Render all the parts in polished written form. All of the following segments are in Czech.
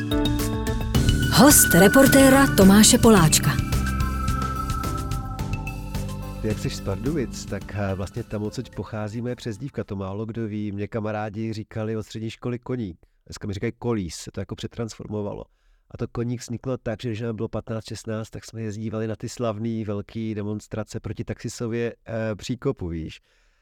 Host reportéra Tomáše Poláčka. Ty, jak jsi z Pardubic, tak vlastně tam odsud pochází moje přezdívka, to málo kdo ví. Mě kamarádi říkali od střední školy Koník. Dneska mi říkají Kolís, se to jako přetransformovalo. A to Koník vzniklo tak, že když nám bylo 15-16, tak jsme jezdívali na ty slavné velké demonstrace proti Taxisově příkopu, víš.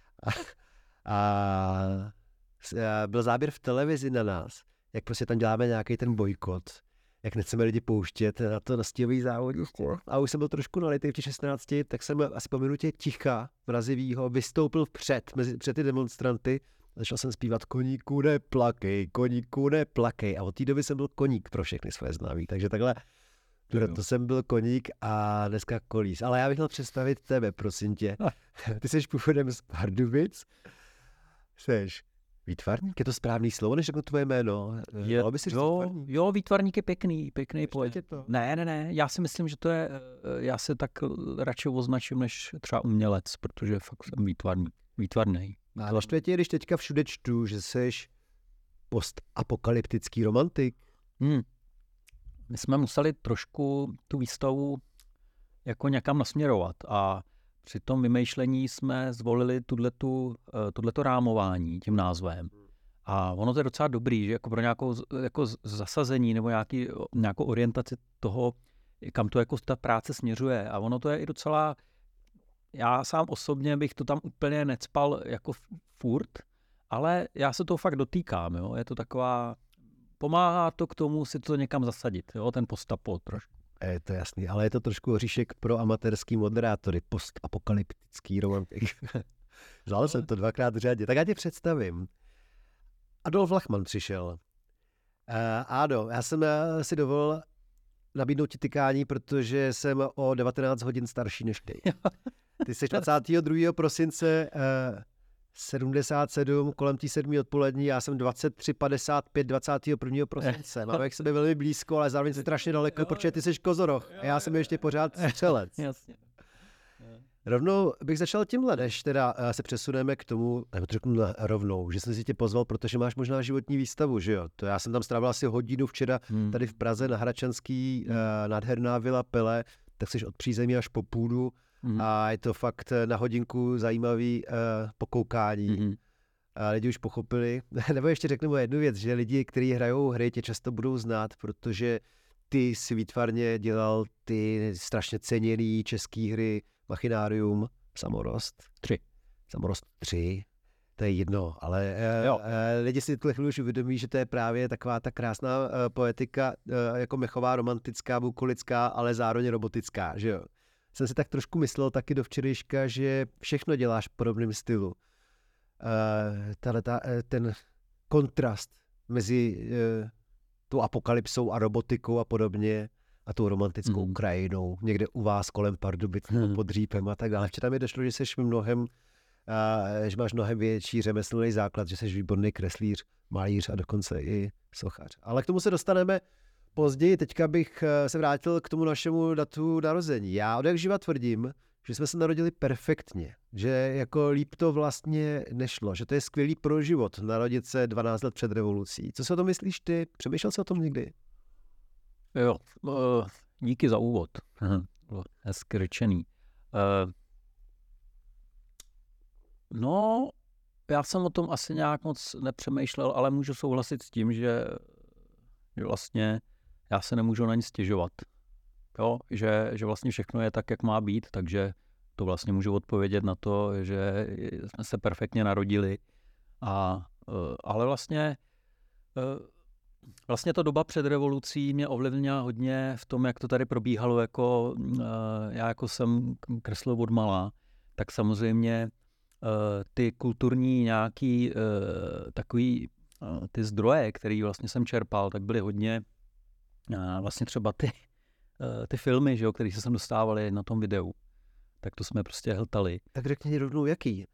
A byl záběr v televizi na nás, jak prostě tam děláme nějaký ten bojkot, jak nechceme lidi pouštět na to na stíhový závodíště. A už jsem byl trošku nalitý v těch 16, tak jsem asi po minutě ticha, mrazivýho, vystoupil před ty demonstranty. Začal jsem zpívat Koníku neplakej. A od té doby jsem byl Koník pro všechny své známí. Takže takhle, to jsem byl Koník a dneska Kolís. Ale já bych měl představit tebe, prosím tě. Ty jsi původem z Pardubic. Jseš výtvarník, je to správný slovo, než řeknu tvoje jméno? Jo, výtvarník je pěkný pojem. Ne, já si myslím, že to je, já se tak radši označím, než třeba umělec, protože fakt jsem výtvarný. Ale naštve tě, když teďka všude čtu, že seš postapokalyptický romantik. My jsme museli trošku tu výstavu jako někam nasměrovat a při tom vymýšlení jsme zvolili tohleto rámování tím názvem. A ono to je docela dobrý, že jako pro nějakou jako zasazení nebo nějakou orientaci toho, kam to jako ta práce směřuje. A ono to je i docela, já sám osobně bych to tam úplně necpal jako furt, ale já se toho fakt dotýkám, jo. Je to taková, pomáhá to k tomu si to někam zasadit, jo, ten postapo trošku. Je to jasný, ale je to trošku oříšek pro amatérský moderátory, postapokalyptický romantik. Zvládl jsem to 2krát v řadě. Tak já tě představím. Adolf Lachman přišel. Ádo, já jsem si dovolil nabídnout ti tykání, protože jsem o 19 hodin starší než ty. Ty jsi 22. prosince 77, kolem té 7 odpolední, já jsem 23:55 21. prosince. Máme k sebe velmi blízko, ale zároveň strašně daleko, protože ty jsi kozoroch a já jsem ještě pořád střelec. Jasně. Rovnou bych začal tímhle, než teda se přesuneme k tomu, nebo to řeknu rovnou, že jsem si tě pozval, protože máš možná životní výstavu, že jo? To já jsem tam strávil asi hodinu včera tady v Praze na Hradčanský, nádherná vila Pele, tak jsi od přízemí až po půdu. A je to fakt na hodinku zajímavý pokoukání. Lidi už pochopili. Nebo ještě řeknu jednu věc, že lidi, kteří hrajou hry, tě často budou znát, protože ty si výtvarně dělal ty strašně ceněný český hry Machinarium, Samorost 3. To je jedno, ale lidi si tuhle chvíli už uvědomí, že to je právě taková ta krásná poetika, jako mechová, romantická, bukolická, ale zároveň robotická, že jo? Jsem si tak trošku myslel taky do včerejška, že všechno děláš v podobném stylu. Ten kontrast mezi tou apokalypsou a robotikou a podobně a tou romantickou krajinou, někde u vás kolem Pardubic pod Řípem a tak dále. Včera mi došlo, že že máš mnohem větší řemeslný základ, že jsi výborný kreslíř, malíř a dokonce i sochař. Ale k tomu se dostaneme později. Teďka bych se vrátil k tomu našemu datu narození. Já odjakživa tvrdím, že jsme se narodili perfektně, že jako líp to vlastně nešlo, že to je skvělý pro život narodit se 12 let před revolucí. Co si o tom myslíš ty? Přemýšlel jsi o tom někdy? Jo, díky za úvod. Hezky řečený. No, já jsem o tom asi nějak moc nepřemýšlel, ale můžu souhlasit s tím, že vlastně já se nemůžu na nic stěžovat. Jo, že vlastně všechno je tak, jak má být, takže to vlastně můžu odpovědět na to, že jsme se perfektně narodili. Ale vlastně ta doba před revolucí mě ovlivnila hodně v tom, jak to tady probíhalo. Já jako jsem kreslil od malá, tak samozřejmě ty kulturní nějaký takový ty zdroje, který vlastně jsem čerpal, tak byly hodně vlastně třeba ty filmy, že jo, které se sem dostávaly na tom videu. Tak to jsme prostě hltali. Tak řekni rovnou, jaký?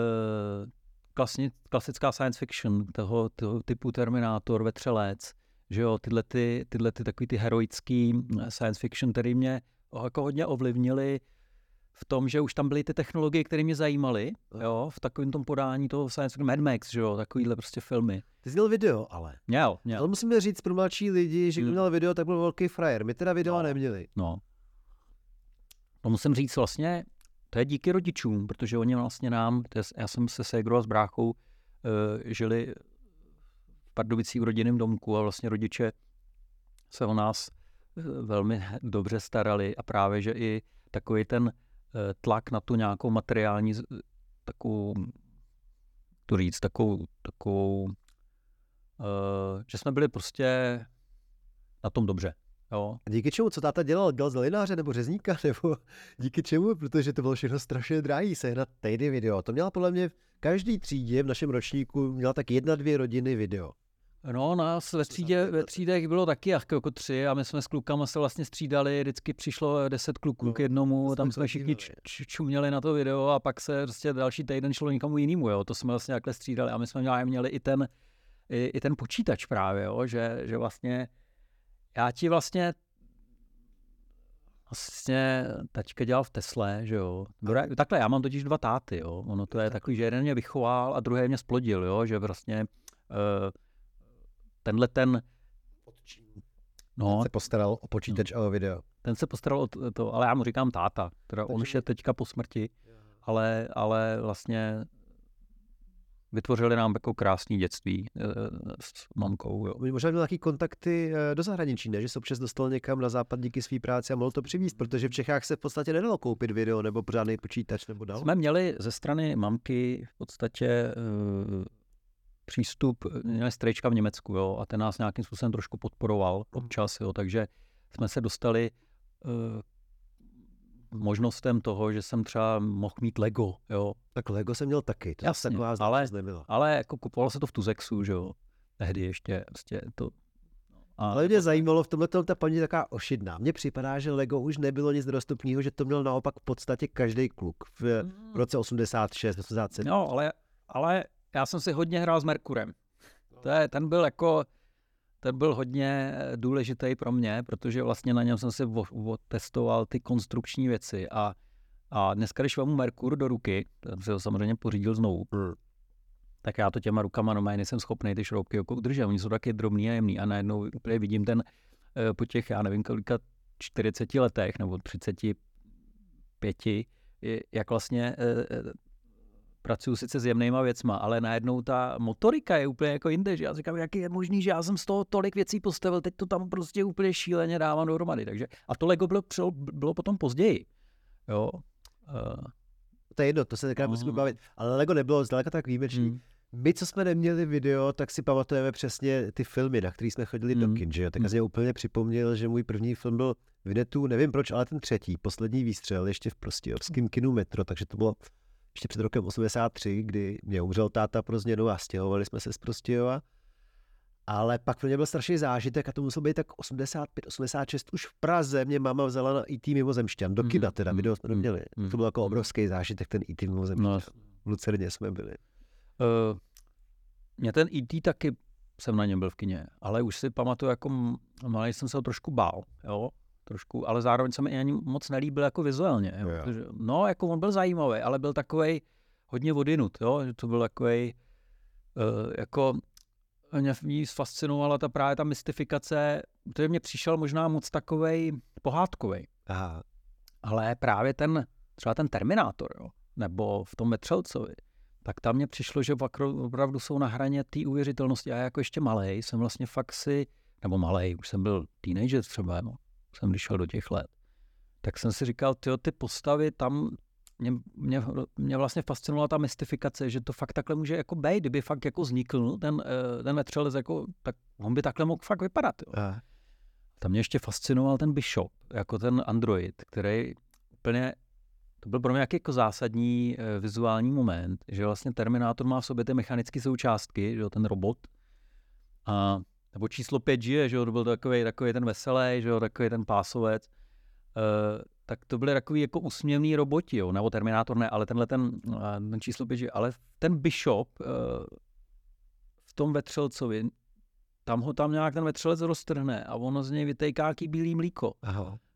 Klasická science fiction, toho typu Terminátor, Vetřelec, že jo, tyhle takový ty heroický science fiction, který mě jako hodně ovlivnili v tom, že už tam byly ty technologie, které mě zajímaly, jo, v takovém tom podání toho science fiction, Mad Max, že jo, takovýhle prostě filmy. Ty jsi měl video, ale. Měl. Ale musíme říct pro mladší lidi, že kdo měl video, tak byl velký frajer. My teda video neměli. No. To musím říct vlastně, to je díky rodičům, protože oni vlastně já jsem se ségrou a s bráchou žili v Pardubicích v rodinném domku a vlastně rodiče se o nás velmi dobře starali a právě, že i takový ten tlak na tu nějakou materiální, takovou, že jsme byli prostě na tom dobře. Jo. A díky čemu? Co táta dělal? Dělal zelináře nebo řezníka? Nebo díky čemu? Protože to bylo všechno strašně drahý sehnat tehdy video. To měla podle mě v každý třídě v našem ročníku měla tak 1-2 rodiny video. No, nás ve třídech bylo taky jako 3 a my jsme s klukama se vlastně střídali, vždycky přišlo 10 kluků k jednomu, tam jsme všichni čuměli na to video a pak se prostě další týden šlo někomu jinému, jo, to jsme vlastně takhle střídali a my jsme měli i ten počítač právě, jo, že vlastně já ti vlastně tačka dělal v Tesle, že jo. Takhle, já mám totiž 2 táty, jo. Ono to je takový, že jeden mě vychoval a druhý mě splodil, jo, že vlastně ten se postaral o počítač a o video. Ten se postaral o to, ale já mu říkám táta, teda on už je teďka po smrti, ale vlastně vytvořili nám jako krásný dětství s mamkou. Jo. Možná měl nějaký kontakty do zahraničí, ne? Že se občas dostal někam na západ díky své práci a mohl to přivízt, protože v Čechách se v podstatě nedalo koupit video nebo pořádný počítač nebo dal. Jsme měli ze strany mamky v podstatě přístup, měli strejčka v Německu, jo, a ten nás nějakým způsobem trošku podporoval občas, jo, takže jsme se dostali možnostem toho, že jsem třeba mohl mít Lego, jo. Tak Lego jsem měl taky, to jasně, ale jako kupovalo se to v Tuzexu, že jo, tehdy ještě prostě to. Ale mě zajímalo, v tomhle ta paní taková ošidná. Mně připadá, že Lego už nebylo nic dostupného, že to měl naopak v podstatě každý kluk v roce 86, 87. No, ale já jsem si hodně hrál s Merkurem. Ten byl hodně důležitý pro mě, protože vlastně na něm jsem si testoval ty konstrukční věci a dneska, když vezmu Merkur do ruky, jsem si ho samozřejmě pořídil znovu, tak já to těma rukama normálně nejsem schopný ty šroubky jako udržet. Oni jsou taky drobný a jemný a najednou úplně vidím ten po těch, já nevím kolika 40 letech nebo 35, jak vlastně pracuju sice s jemnýma věcma, ale najednou ta motorika je úplně jako jinde, že já říkám, jak je možný, že já jsem z toho tolik věcí postavil, teď to tam prostě úplně šíleně dávám dohromady, takže a to Lego bylo potom později, jo. To je jedno, to se takrát musíme bavit, ale Lego nebylo zdaleka tak výjimečný. My, co jsme neměli video, tak si pamatujeme přesně ty filmy, na který jsme chodili do kin, že jo. Tak jsem úplně připomněl, že můj první film byl Vinetu, nevím proč, ale ten třetí, Poslední výstřel, ještě v prostějovském kinu Metro, takže to bylo ještě před rokem 83, kdy mě umřel táta pro změnu a stěhovali jsme se z Prostějova. Ale pak pro mě byl strašný zážitek a to muselo být tak 85, 86 už v Praze. Mě máma vzala na E.T. mimozemšťan, do kina teda, video jsme neměli. To byl jako obrovský zážitek, ten E.T. mimozemšťan. V Lucerně jsme byli. Mě ten E.T. taky jsem na něm byl v kině, ale už si pamatuju, jako malý jsem se ho trošku bál, jo. Trošku, ale zároveň se mi ani moc nelíbil jako vizuálně. Jo. Protože, no, jako on byl zajímavý, ale byl takovej hodně odinut, jo. Že to byl takovej, jako mě fascinovala právě ta mystifikace, protože mě přišel možná moc takovej pohádkovej. Aha. Ale právě třeba ten Terminátor, jo, nebo v tom Vetřelcovi, tak tam mně přišlo, že opravdu jsou na hraně té uvěřitelnosti. A já jako ještě malej jsem vlastně fakt nebo malej, už jsem byl teenager třeba, no. Jsem když šel do těch let, tak jsem si říkal, ty postavy tam, mě vlastně fascinovala ta mystifikace, že to fakt takhle může jako být, kdyby fakt jako vznikl ten vetřelec, jako, tak on by takhle mohl fakt vypadat. Jo. Tam mě ještě fascinoval ten Bishop, jako ten android, který úplně, to byl pro mě jako zásadní vizuální moment, že vlastně Terminátor má v sobě ty mechanické součástky, že jo, ten robot, nebo číslo 5 žije, že jo, to byl takový ten veselý, že jo, takový ten pásovec, tak to byly takový jako usměvný roboti, jo, nebo Terminátor ne, ale ten číslo 5 žije, ale ten Bishop v tom vetřelcovi, tam nějak ten vetřelec roztrhne a ono z něj vytejká jaký bílý mlíko. Aha.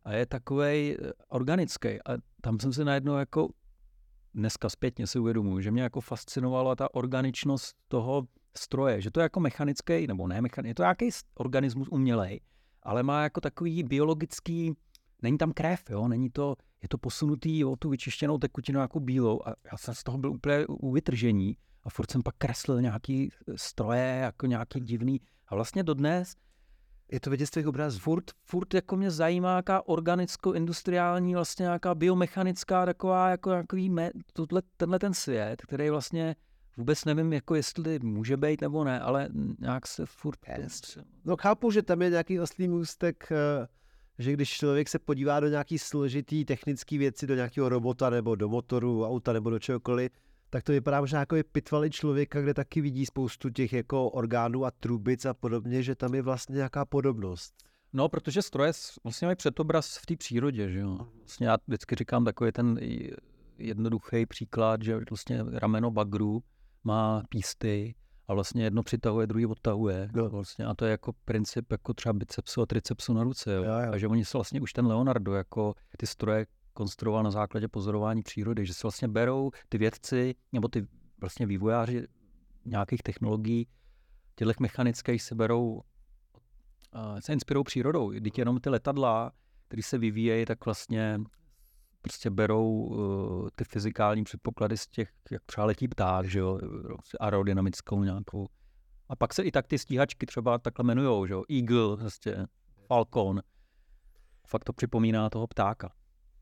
a je takovej organický. A tam jsem si najednou jako dneska zpětně si uvědomuji, že mě jako fascinovala ta organičnost toho stroje, že to je jako mechanický, nebo ne mechanický, je to nějaký organismus umělej, ale má jako takový biologický, není tam krev, jo, není to, je to posunutý o tu vyčištěnou tekutinu jako bílou a já jsem z toho byl úplně u vytržení a furt jsem pak kreslil nějaký stroje, jako nějaký divný a vlastně dodnes je to vidět z těch obrazů. Furt jako mě zajímá nějaká organicko-industriální, vlastně nějaká biomechanická taková, jako takový tenhle ten svět, který vlastně vůbec nevím, jako jestli může být nebo ne, ale nějak se furt... No chápu, že tam je nějaký oslý můstek, že když člověk se podívá do nějaký složitý technický věci, do nějakého robota nebo do motoru, auta nebo do čehokoliv, tak to vypadá možná jako je pitvaly člověka, kde taky vidí spoustu těch jako orgánů a trubic a podobně, že tam je vlastně nějaká podobnost. No, protože stroje vlastně mají předobraz v té přírodě, že jo. Vlastně já vždycky říkám takový ten jednoduchý příklad, že vlastně rameno bagru má písty a vlastně jedno přitahuje, druhý odtahuje. No. Vlastně, a to je jako princip jako třeba bicepsu a tricepsu na ruce. Jo. Jo. A že oni se vlastně už ten Leonardo jako ty stroje konstruoval na základě pozorování přírody, že se vlastně berou ty vědci nebo ty vlastně vývojáři nějakých technologií, těchto mechanických se berou, se inspirují přírodou. Když jenom ty letadla, které se vyvíjejí, tak vlastně prostě berou ty fyzikální předpoklady z těch, jak třeba letí pták, že jo, aerodynamickou nějakou. A pak se i tak ty stíhačky třeba takhle jmenujou, že jo, Eagle, prostě Falcon. Fakt to připomíná toho ptáka.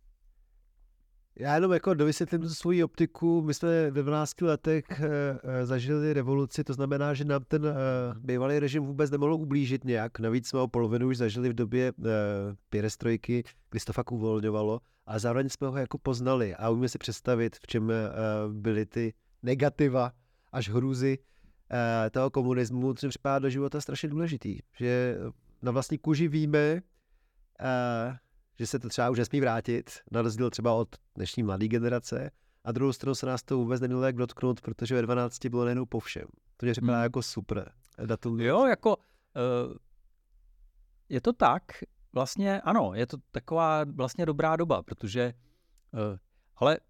Já jenom jako dovysvětlím tu svoji optiku. My jsme ve 12 letech zažili revoluci, to znamená, že nám ten bývalý režim vůbec nemohl ublížit nějak. Navíc jsme o polovinu už zažili v době perestrojky, kdy se to fakt uvolňovalo. A zároveň jsme ho jako poznali a umíme si představit, v čem byly ty negativa až hrůzy toho komunismu, což připadá do života strašně důležitý. Že na vlastní kůži víme, že se to třeba už nesmí vrátit, na rozdíl třeba od dnešní mladé generace. A druhou stranu se nás to vůbec nemělo jak dotknout, protože ve 12 bylo nejenom po všem. To mě připadá jako super datum. Jo, jako je to tak, vlastně ano, je to taková vlastně dobrá doba, protože ale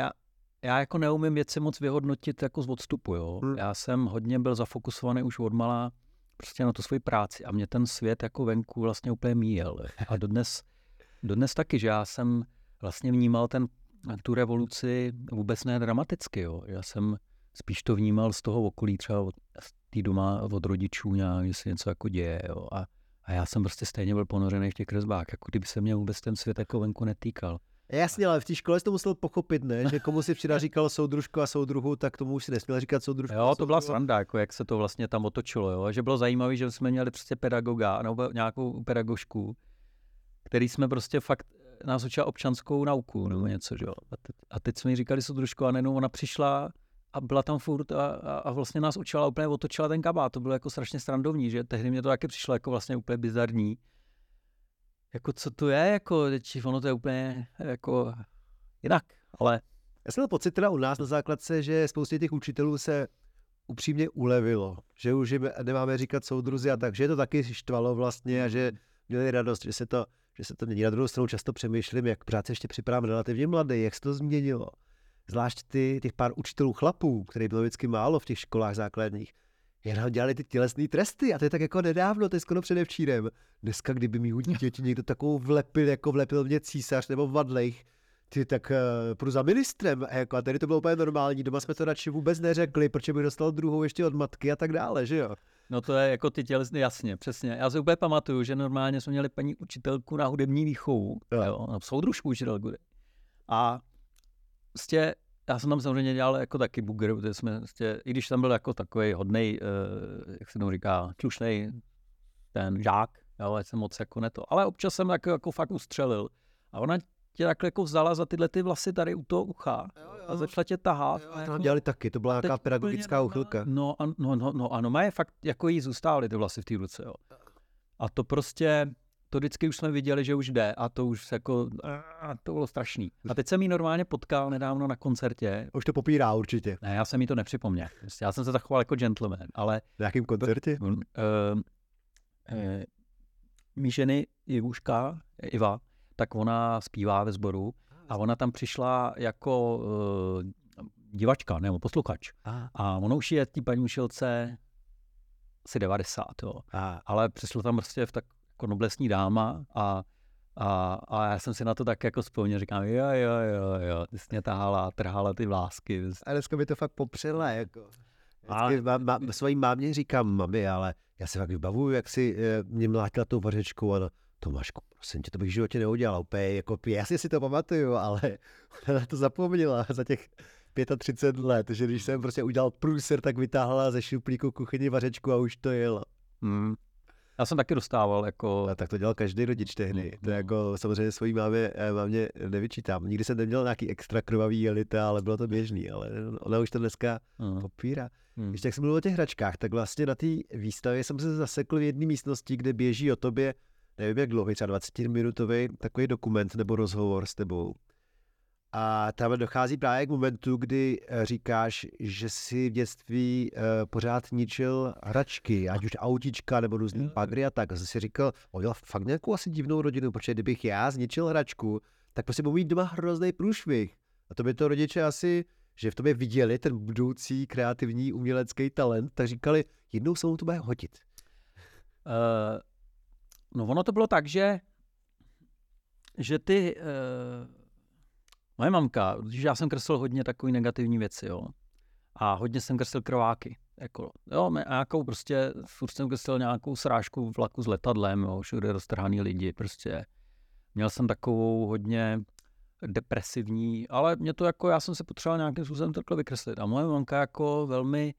já jako neumím věci moc vyhodnotit jako z odstupu, jo. Já jsem hodně byl zafokusovaný už odmala prostě na tu svoji práci a mě ten svět jako venku vlastně úplně míjel. A dodnes taky, že já jsem vlastně vnímal tu revoluci vůbec ne dramaticky, jo. Já jsem spíš to vnímal z toho okolí, třeba od té doma, od rodičů nějak, že se něco jako děje, jo. A já jsem prostě stejně byl ponořený v těch kresbách, jako kdyby se mě vůbec ten svět jako venku netýkal. Jasně, ale v té škole jsi to musel pochopit, ne? Že komu si včera říkal soudružko a soudruhu, tak tomu už si nesměl říkat soudružko. Jo, to byla sranda, jako jak se to vlastně tam otočilo, jo. Že bylo zajímavé, že jsme měli prostě pedagoga nebo nějakou pedagožku, který jsme prostě fakt nás učila občanskou nauku nebo něco, že jo. A teď jsme jí říkali soudružko a nejenom ona přišla a byla tam furt a vlastně nás učila, úplně otočila ten kabát. To bylo jako strašně srandovní, že tehdy mě to taky přišlo jako vlastně úplně bizarní. Jako co to je, jako ono to je úplně jako jinak, ale... Já jsem měl pocit teda u nás na základce, že spoustě těch učitelů se upřímně ulevilo, že už jim nemáme říkat soudruzi a tak, že je to taky štvalo vlastně a že měli radost, že se to mění. Na druhou stranu často přemýšlím, jak pořád se ještě připadám relativně mladý, jak se to změnilo. Zvlášť těch pár učitelů chlapů, který bylo vždycky málo v těch školách základních, jenom dělali ty tělesné tresty a to je tak jako nedávno, to je skoro předevčírem. Dneska, kdyby mýho dítěti někdo takovou vlepil, jako vlepil mě Císař nebo Vadlejch, tak půjdu za ministrem. A tady to bylo úplně normální, doma jsme to radši vůbec neřekli, protože bych dostal druhou ještě od matky a tak dále, že jo? No to je jako ty tělesné, jasně, přesně. Já si úplně pamatuju, že normálně jsme měli paní učitelku na hudební výchovu, jo, soudružku učitelku. A vlastně já jsem tam samozřejmě dělal jako taky bugr, protože jsme vlastně, i když tam byl jako takový hodnej, jak se tomu říká, slušnej ten žák, jo, jsem moc jako neto. Ale občas jsem jako fakt ustřelil. A ona tě takhle jako vzala za tyhle ty vlasy tady u toho ucha a začala tě tahat. Jo, to dělali taky, to byla nějaká pedagogická uchylka. No ano, má je fakt, jako jí zůstávaly ty vlasy v té ruce, jo. A to prostě, to vždycky už jsme viděli, že už jde a to už jako, to bylo strašný. A teď jsem jí normálně potkal nedávno na koncertě. Už to popírá určitě. Ne, já jsem jí to nepřipomněl. Já jsem se zachoval jako gentleman, ale... Na jakém koncertě? Mí ženy Iva, tak ona zpívá ve sboru a ona tam přišla jako divačka nebo posluchač. A ona už je té paní učitelce asi 90, jo. Ale přišla tam prostě v tak jako noblesní dáma a já jsem si na to tak jako vzpomněl, říkám, jo, ty jsi mě trhala ty vlásky. A dneska by to fakt popřela, jako. Svojí mámě říkám, mami, ale já se fakt vybavuju, jak si mě mlátila tou vařečkou a Tomášku, prosím tě, to bych v životě neudělal. Úplně, jako, jasně si to pamatuju, ale ona na to zapomněla za těch 35 let, že když jsem prostě udělal průser, tak vytáhla ze šuplíku kuchyni vařečku a už to jelo. Já jsem taky dostával jako... A tak to dělal každý rodič tehdy. To jako samozřejmě svojí mámě nevyčítám. Nikdy jsem neměl nějaký extra krvavý jelita, ale bylo to běžný, ale ona už to dneska popírá. Ještě jak jsem mluvil o těch hračkách, tak vlastně na té výstavě jsem se zasekl v jedné místnosti, kde běží o tobě, nevím jak dlouhý, třeba 20-minutový takový dokument nebo rozhovor s tebou. A tam dochází právě k momentu, kdy říkáš, že si v dětství pořád ničil hračky, ať už autíčka nebo různý bagry a tak. A si říkal, měl fakt nějakou asi divnou rodinu, protože kdybych já zničil hračku, tak prostě budu mít doma hrozný průšvih. A to by to rodiče asi, že v tobě viděli ten budoucí kreativní umělecký talent, tak říkali, jednou se mu to bude hodit. No ono to bylo tak, že ty... Moje mamka, protože já jsem kreslil hodně takový negativní věci, jo. A hodně jsem kreslil krváky. Jako, jo, nějakou prostě, furt jsem kreslil nějakou srážku vlaku s letadlem, jo, všude roztrhaný lidi, prostě. Měl jsem takovou hodně depresivní, ale mě to jako, já jsem se potřeboval nějakým způsobem takhle vykreslit. A moje mamka jako velmi,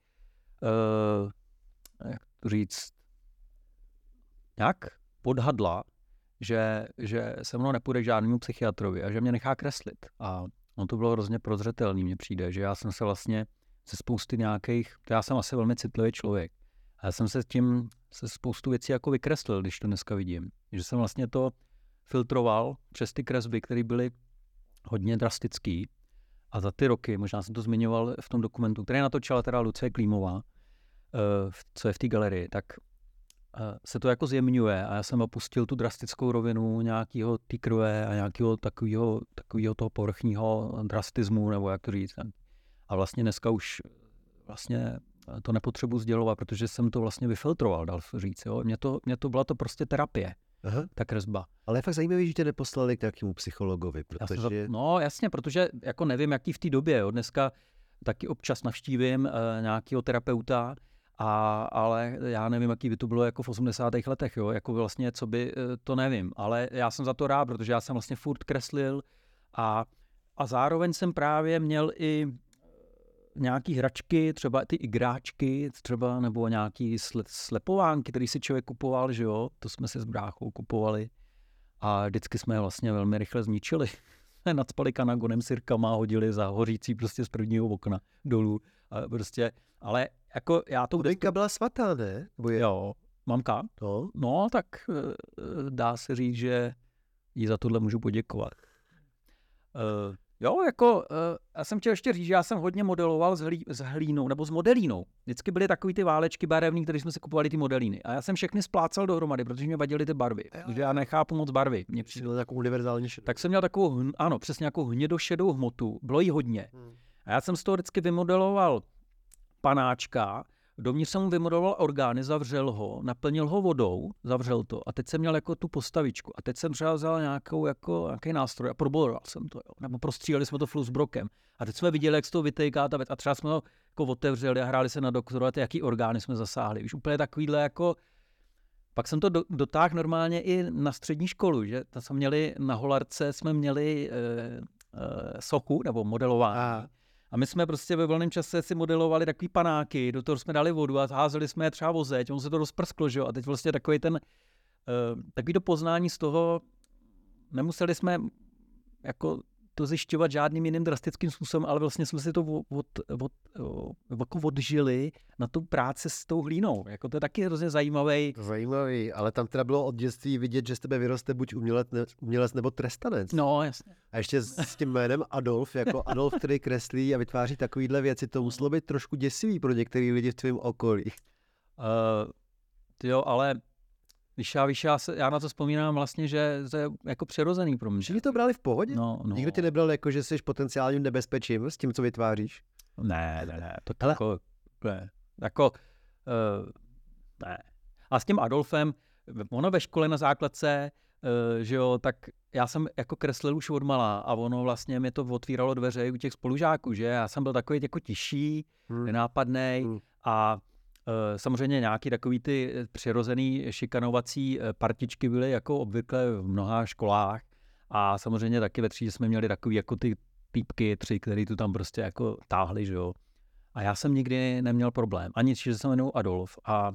jak to říct, nějak podhadla, že se mnou nepůjde k žádnému psychiatrovi a že mě nechá kreslit. A on to bylo hrozně prozřetelný, mně přijde, že já jsem se vlastně se spousty nějakých, já jsem asi velmi citlivý člověk, a já jsem se spoustu věcí jako vykreslil, když to dneska vidím. Že jsem vlastně to filtroval přes ty kresby, které byly hodně drastický. A za ty roky, možná jsem to zmiňoval v tom dokumentu, který natočila teda Lucie Klímová, co je v té galerii, tak se to jako zjemňuje a já jsem opustil tu drastickou rovinu nějakého té krve a nějakého takového toho povrchního drastismu, nebo jak to říct. A vlastně dneska už vlastně to nepotřebuji sdělovat, protože jsem to vlastně vyfiltroval, dal se říct. Jo? Mě to byla to prostě terapie, ta kresba. Ale je fakt zajímavé, že tě neposlali k nějakému psychologovi, protože... No jasně, protože jako nevím, jaký v té době. Jo? Dneska taky občas navštívím nějakého terapeuta, ale já nevím, jaký by to bylo jako v 80. letech, jo, jako vlastně, co by, to nevím, ale já jsem za to rád, protože já jsem vlastně furt kreslil a zároveň jsem právě měl i nějaký hračky, třeba ty igráčky, třeba nebo nějaký slepovánky, který si člověk kupoval, že jo, to jsme si s bráchou kupovali a vždycky jsme je vlastně velmi rychle zničili. Nacpali kanagonem sirkama a hodili za hořící prostě z prvního okna dolů a prostě, ale jako já to... Chudinka byla svatá, ne? Jo, mamka? No, tak dá se říct, že jí za tohle můžu poděkovat. Jo, jako já jsem chtěl ještě říct, že já jsem hodně modeloval s hlínou, nebo s modelínou. Vždycky byly takový ty válečky barevný, které jsme si kupovali ty modelíny. A já jsem všechny splácal dohromady, protože mě vadily ty barvy. Takže já nechápu moc barvy. Mě přijde takovou univerzální šedou. Tak jsem měl takovou, ano, přesně nějakou hnědošedou hmotu. Bylo jí hodně. A já jsem z toho vždycky vymodeloval panáčka, dovnitř jsem mu vymodeloval orgány, zavřel ho, naplnil ho vodou, zavřel to a teď jsem měl jako tu postavičku a teď jsem třeba vzal nějaký nástroj a proboroval jsem to, jo. Nebo prostříleli jsme to flusbrokem a teď jsme viděli, jak se to vytejká ta věc a třeba jsme to jako otevřeli a hráli se na doktora, jaký orgány jsme zasáhli. Už úplně takovýhle jako... Pak jsem to dotáhl normálně i na střední školu, že tam jsme měli na Holarce, jsme měli sochu nebo modelování. A my jsme prostě ve volném čase si modelovali takový panáky, do toho jsme dali vodu a házeli jsme je třeba o zeď, on se to rozprsklo, že jo? A teď vlastně takový to poznání z toho, nemuseli jsme jako to zjišťovat žádným jiným drastickým způsobem, ale vlastně jsme si to odžili na tu práci s tou hlínou. Jako to je taky hrozně zajímavý. Zajímavý, ale tam teda bylo od dětství vidět, že z tebe vyroste buď umělec nebo trestanec. No, jasně. A ještě s tím jménem Adolf, jako Adolf, který kreslí a vytváří takovýhle věci, to muselo být trošku děsivý pro některý lidi v tvém okolí. Jo, ale Já na to vzpomínám vlastně, že to je jako přirozený pro mě. Všichni to brali v pohodě? No. Nikdo tě nebral jako, že jsi potenciálním nebezpečím s tím, co vytváříš? Ne. To ne. A s tím Adolfem, ono ve škole na základce, že jo, tak já jsem jako kreslil už odmala a ono vlastně mě to otvíralo dveře u těch spolužáků, že já jsem byl takový jako tišší, nenápadnej a samozřejmě nějaký takový ty přirozený šikanovací partičky byly jako obvykle v mnoha školách a samozřejmě taky ve třídě jsme měli takový jako ty týpky, 3, který tu tam prostě jako táhli, že jo. A já jsem nikdy neměl problém. Ani že se jmenuji Adolf a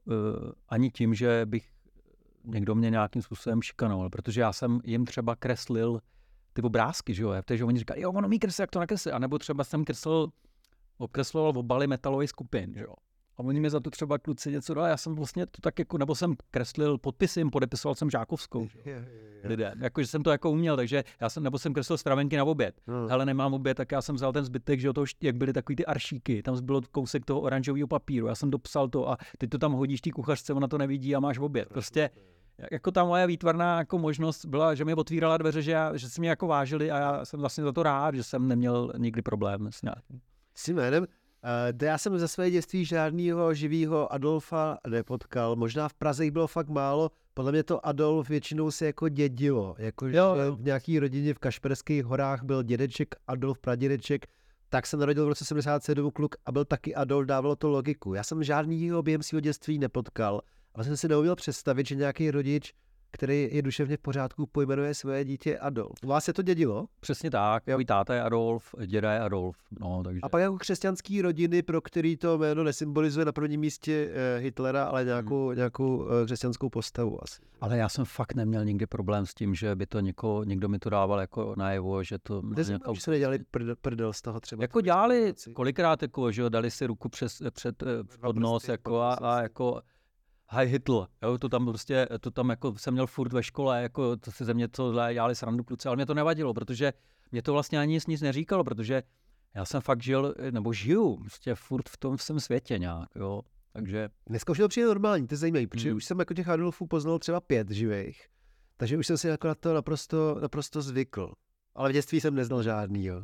ani tím, že bych někdo mě nějakým způsobem šikanoval, protože já jsem jim třeba kreslil ty obrázky, že jo. Takže oni říkali, jo, ono mý kresl, jak to nakreslil. A nebo třeba jsem okresloval obaly metalových skupin, že jo. A oni mi za to třeba kluci něco dali. Já jsem vlastně to tak jako, nebo jsem kreslil podpisy, podepisoval jsem Žákovskou. Lidem. Jakože jsem to jako uměl, takže nebo jsem kreslil stravenky na oběd. Hele, nemám oběd, tak já jsem vzal ten zbytek, že to už, jak byly takový ty aršíky, tam bylo kousek toho oranžového papíru, já jsem dopsal to a ty to tam hodíš té kuchařce, ona to nevidí a máš oběd. Prostě jako ta moje výtvarná jako možnost byla, že mi otvírala dveře, že si mě jako vážili a já jsem vlastně za to rád, že jsem neměl nikdy problém s nějakým. S jménem? Já jsem za své dětství žádného živého Adolfa nepotkal. Možná v Praze jich bylo fakt málo. Podle mě to Adolf většinou se jako dědilo. Jakože v nějaký rodině v Kašperských horách byl dědeček Adolf, pradědeček. Tak se narodil v roce 77 kluk a byl taky Adolf, dávalo to logiku. Já jsem žádnýho během svého dětství nepotkal. Ale jsem si neuměl představit, že nějaký rodič, který je duševně v pořádku, pojmenuje svoje dítě Adolf. U vás se to dědilo? Přesně tak. Můj táta je Adolf, děda je Adolf. No, takže... A pak jako křesťanský rodiny, pro který to jméno nesymbolizuje na prvním místě Hitlera, ale nějakou křesťanskou postavu asi. Ale já jsem fakt neměl nikdy problém s tím, že by to někdo mi to dával jako najevo, že to... Že se nedělali prdel z toho třeba. Jako dělali kolikrát, jako, že dali si ruku před nos jako a jako... Hi Hitler, jo, to tam jako jsem měl furt ve škole, jako to si ze mě to dělali srandu kluci, ale mě to nevadilo, protože mě to vlastně ani nic neříkalo, protože já jsem fakt žiju prostě furt v tom svém světě nějak, jo, takže... Dneska už to přijde normální, to je zajímavé, protože už jsem jako těch Adolfů poznal třeba 5 živých, takže už jsem si jako na to naprosto zvykl, ale v dětství jsem neznal žádný, jo.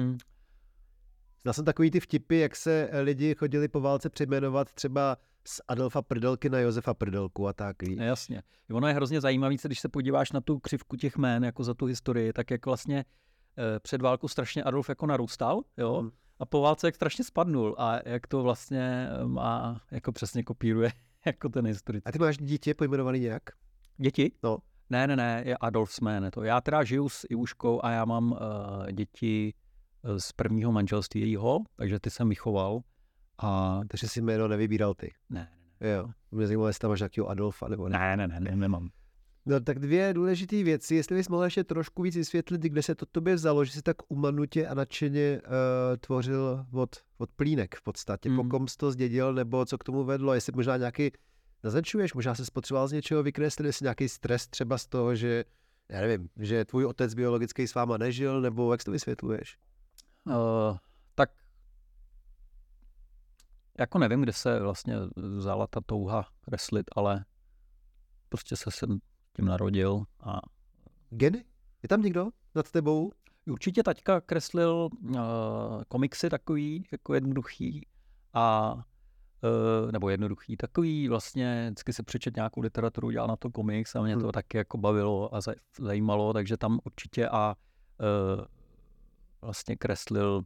Znal jsem takový ty vtipy, jak se lidi chodili po válce přejmenovat třeba z Adolfa Prdelky na Josefa Prdelku a tak. Jasně. Ono je hrozně zajímavý, když se podíváš na tu křivku těch jmén, jako za tu historii, tak jak vlastně před válkou strašně Adolf jako narůstal, jo, a po válce jak strašně spadnul a jak to vlastně má, jako přesně kopíruje jako ten historický. A ty máš dítě pojmenovaný nějak? Děti? No. Ne, je Adolf jméno to. Já teda žiju s Ivuškou a já mám děti z prvního manželství jejího, takže ty jsem vychoval. Takže si jméno nevybíral ty? Ne. Jo, mě zajímalo, jestli tam máš nějakého Adolfa, nebo ne. Ne, nemám. No tak 2 důležité věci, jestli bys mohl ještě trošku víc vysvětlit, kde se to tobě vzalo, že jsi tak umanutě a nadšeně tvořil od plínek v podstatě, po kom jsi to zdědil, nebo co k tomu vedlo, jestli možná nějaký naznačuješ, možná se spotřeboval z něčeho vykreslit, jestli nějaký stres třeba z toho, že, já nevím, že tvůj otec biologický s váma nežil, nebo jak to vysvětluješ? Tak jako nevím, kde se vlastně vzala ta touha kreslit, ale prostě jsem tím narodil a... Geny? Je tam někdo nad tebou? Určitě taťka kreslil komiksy takový, jako jednoduchý a nebo jednoduchý, takový vlastně, vždycky si přečet nějakou literaturu, dělal na to komiks a mě to taky jako bavilo a zajímalo, takže tam určitě a vlastně kreslil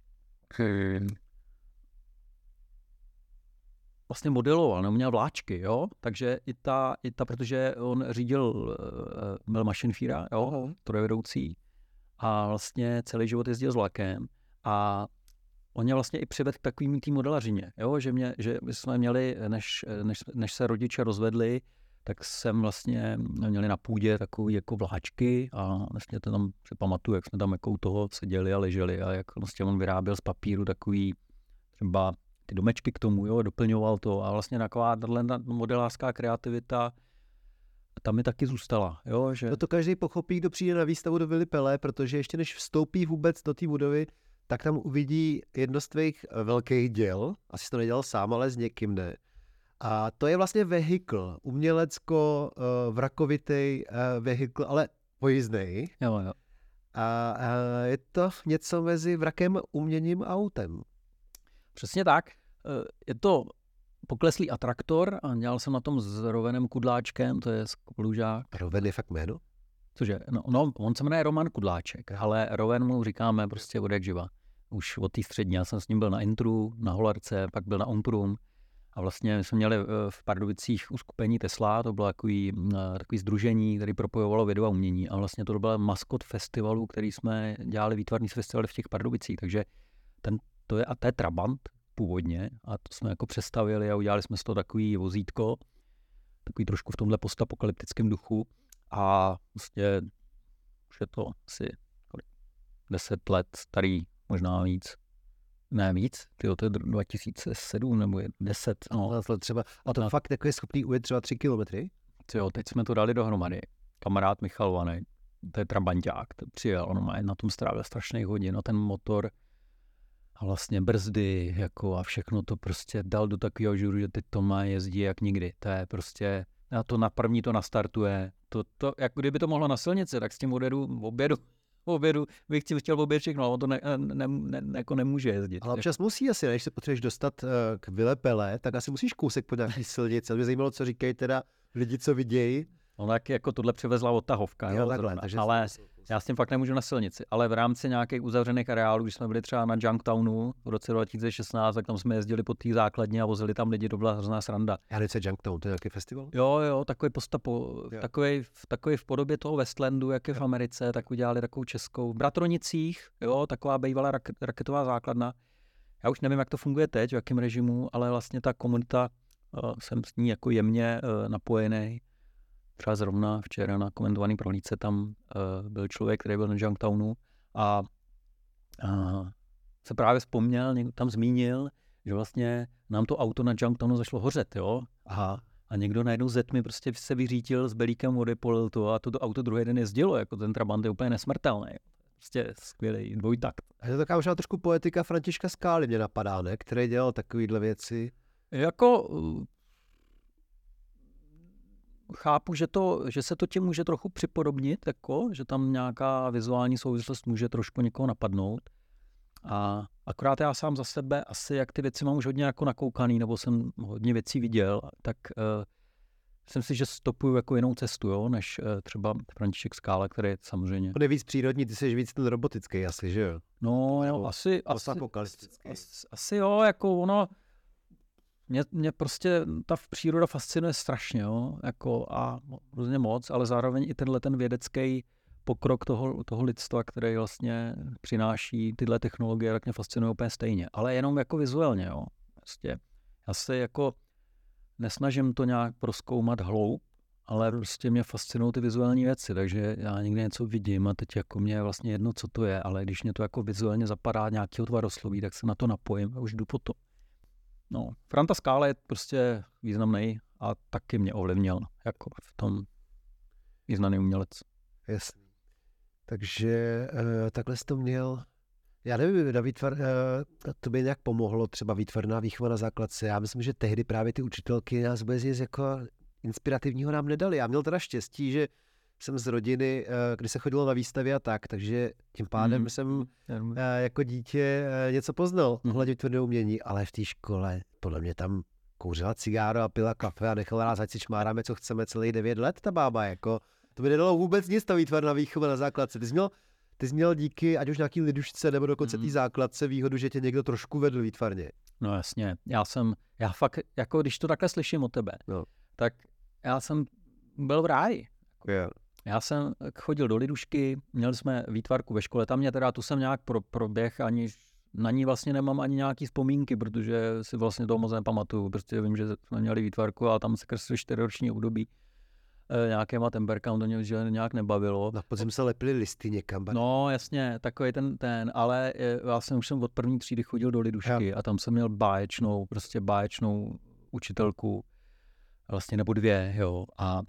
vlastně modeloval, neuměl vláčky, jo, takže i ta, protože on řídil, byl mašinfíra, jo, strojvedoucí a vlastně celý život jezdil s vlakem a on mě vlastně i přivedl k takovým tým modelařině, jo, že jsme měli, než se rodiče rozvedli, tak jsem vlastně měli na půdě takový jako vláčky a vlastně to tam si pamatuju, jak jsme tam jako u toho seděli a leželi a jak vlastně on vyráběl z papíru takový třeba ty domečky k tomu, jo, doplňoval to a vlastně taková modelářská kreativita tam mi taky zůstala, jo, že... No to každý pochopí, kdo přijde na výstavu do Vily Pelé, protože ještě než vstoupí vůbec do té budovy, tak tam uvidí jedno z tvých velkých děl, asi to nedělal sám, ale s někým ne. A to je vlastně vehikl, umělecko-vrakovitý vehikl, ale pojízdnej. Jo. A je to něco mezi vrakem, uměním a autem. Přesně tak. Je to pokleslý atraktor a dělal jsem na tom s Rovenem Kudláčkem, to je spolužák. Roven je fakt jméno? Cože? No, on se jmenuje Roman Kudláček, ale Roven mu říkáme prostě od jak živa. Už od té střední, já jsem s ním byl na Intru, na Holarce, pak byl na Omprum a vlastně jsme měli v Pardubicích uskupení Tesla, to bylo takový sdružení, které propojovalo vědu a umění a vlastně to byl maskot festivalu, který jsme dělali výtvarný festivaly v těch Pardubicích, takže to je Trabant původně a to jsme jako přestavili a udělali jsme z toho takový vozítko, takový trošku v tomhle postapokalyptickém duchu a vlastně už je to asi 10 let starý, možná víc. Ne víc, to je 2007 nebo 10. No. Třeba. A to fakt jako je schopný ujet třeba 3 kilometry? Jo, teď jsme to dali dohromady. Kamarád Michal Vanek, to je trabanťák, to přijel, on má na tom strávil strašných hodin a ten motor a vlastně brzdy jako a všechno to prostě dal do takového žuru, že teď to má jezdit jak nikdy. To je prostě, a to na první to nastartuje. To jako kdyby to mohlo na silnici, tak s tím obědu bych chtěl obět všechno, ale on to jako nemůže jezdit. Ale občas musí asi, než se potřebuješ dostat k Vilepele, tak asi musíš kousek po nějaký silnici. Mě zajímalo, co říkají teda lidi, co vidějí. On tak jako tohle přivezla odtahovka, jo, takhle, takže ale já s tím fakt nemůžu na silnici. Ale v rámci nějakých uzavřených areálů, když jsme byli třeba na Junktownu v roce 2016, tak tam jsme jezdili po té základně a vozili tam lidi, to byla hrozná sranda. Já nevím, co je Junktown, to je nějaký festival? Jo, takový takový v podobě toho Westlandu, jak je v Americe, tak udělali takovou českou. V Bratronicích, jo, taková bývalá raketová základna. Já už nevím, jak to funguje teď, v jakém režimu, ale vlastně ta komunita, jsem s ní jako jemně napojený. Třeba zrovna včera na komentovaný prohlídce tam byl člověk, který byl na Junktownu a se právě vzpomněl, někdo tam zmínil, že vlastně nám to auto na Junktownu zašlo hořet, jo. Aha. A někdo najednou ze tmy prostě se vyřítil s belíkem vody, polil to a toto auto druhý den jezdilo, jako ten Trabant je úplně nesmrtelný. Prostě skvělý dvojtakt. A je to taková možná trošku poetika Františka Skály mě napadá, ne? Který dělal takovýhle věci. Jako chápu, že se to tím může trochu připodobnit, jako, že tam nějaká vizuální souvislost může trošku někoho napadnout. A akorát já sám za sebe asi, jak ty věci mám už hodně jako nakoukaný, nebo jsem hodně věcí viděl, tak myslím si, že stopuju jako jinou cestu, jo, než třeba František Skála, který je samozřejmě... On je víc přírodní, ty jsi víc ten robotický asi, že jo? No, jo, asi jo, jako ono... Mě prostě ta příroda fascinuje strašně, jo, jako a hrozně moc, ale zároveň i ten vědecký pokrok toho lidstva, který vlastně přináší tyhle technologie, tak mě fascinuje úplně stejně, ale jenom jako vizuálně, jo. Prostě já se jako nesnažím to nějak prozkoumat hloub, ale prostě mě fascinují ty vizuální věci, takže já někde něco vidím a teď jako mě je vlastně jedno, co to je, ale když mě to jako vizuálně zapadá nějakého tvarosloví, tak se na to napojím a už jdu po to. No, Franta Skála je prostě významný a taky mě ovlivnil jako v tom významný umělec. Jasný. Takže takhle jsi to měl. Já nevím, to by nějak pomohlo, třeba výtvarná výchova na základce. Já myslím, že tehdy právě ty učitelky nás vůbec nic jako inspirativního nám nedali. Já měl teda štěstí, že jsem z rodiny, kdy se chodilo na výstavy a tak, takže tím pádem jsem jako dítě něco poznal ohledně výtvarného umění, ale v té škole podle mě tam kouřila cigáro a pila kafe a nechala nás, ať si čmáráme, co chceme celých 9 let, ta bába, jako to by nedalo vůbec nic, ta výtvarná výchova na základce. Ty jsi měl díky, ať už nějaký lidušce nebo dokonce té základce výhodu, že tě někdo trošku vedl výtvarně. No jasně, já fakt, jako když to takhle slyším od tebe, tak já jsem byl v ráji. Yeah. Já jsem chodil do lidušky, měli jsme výtvarku ve škole, tam mě teda, tu jsem nějak proběh, ani na ní vlastně nemám ani nějaký vzpomínky, protože si vlastně toho moc nepamatuju, prostě vím, že jsme měli výtvarku, ale tam se kreslili 4roční období nějakéma temperkám, to mě nějak nebavilo. Na podzim se lepili listy někam. No jasně, takový ten, ale vlastně už jsem od první třídy chodil do lidušky a tam jsem měl báječnou učitelku, vlastně nebo 2, jo, a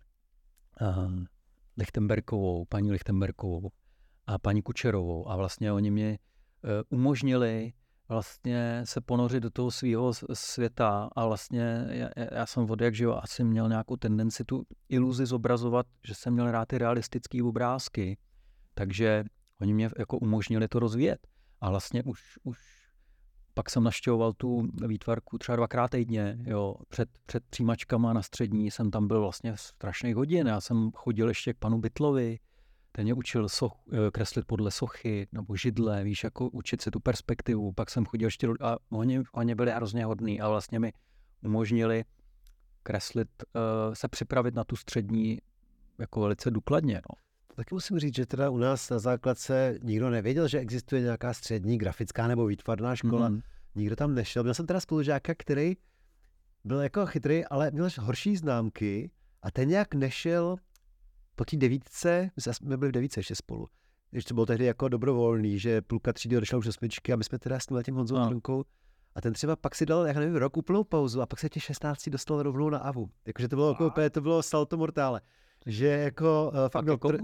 paní Lichtenbergovou a paní Kučerovou a vlastně oni mě umožnili vlastně se ponořit do toho svého světa a vlastně já jsem od jak živa asi měl nějakou tendenci tu iluzi zobrazovat, že jsem měl rád ty realistické obrázky, takže oni mě jako umožnili to rozvíjet. A vlastně už pak jsem navštěvoval tu výtvarku třeba 2x týdně, jo. Před přijímačkama na střední jsem tam byl vlastně strašných hodin. Já jsem chodil ještě k panu Bytlovi, ten mě učil kreslit podle sochy nebo židle, víš, jako učit si tu perspektivu. Pak jsem chodil ještě a oni byli hrozně hodní a vlastně mi umožnili kreslit, se připravit na tu střední jako velice důkladně. No. Taky musím říct, že teda u nás na základce nikdo nevěděl, že existuje nějaká střední grafická nebo výtvarná škola. Nikdo tam nešel. Měl jsem teda spolužáka, který byl jako chytrý, ale měl horší známky a ten nějak nešel po té 9, my byli v 9 ještě spolu. Když to bylo tehdy jako dobrovolný, že půlka třídy odešla už do 8 a my jsme teda s tím Honzou Trnkou a ten třeba pak si dal, já nevím, rok úplnou pauzu a pak se v těch 16 dostal rovnou na AVU. Jakože to bylo úplně, to bylo salto mortále. Že jako fakt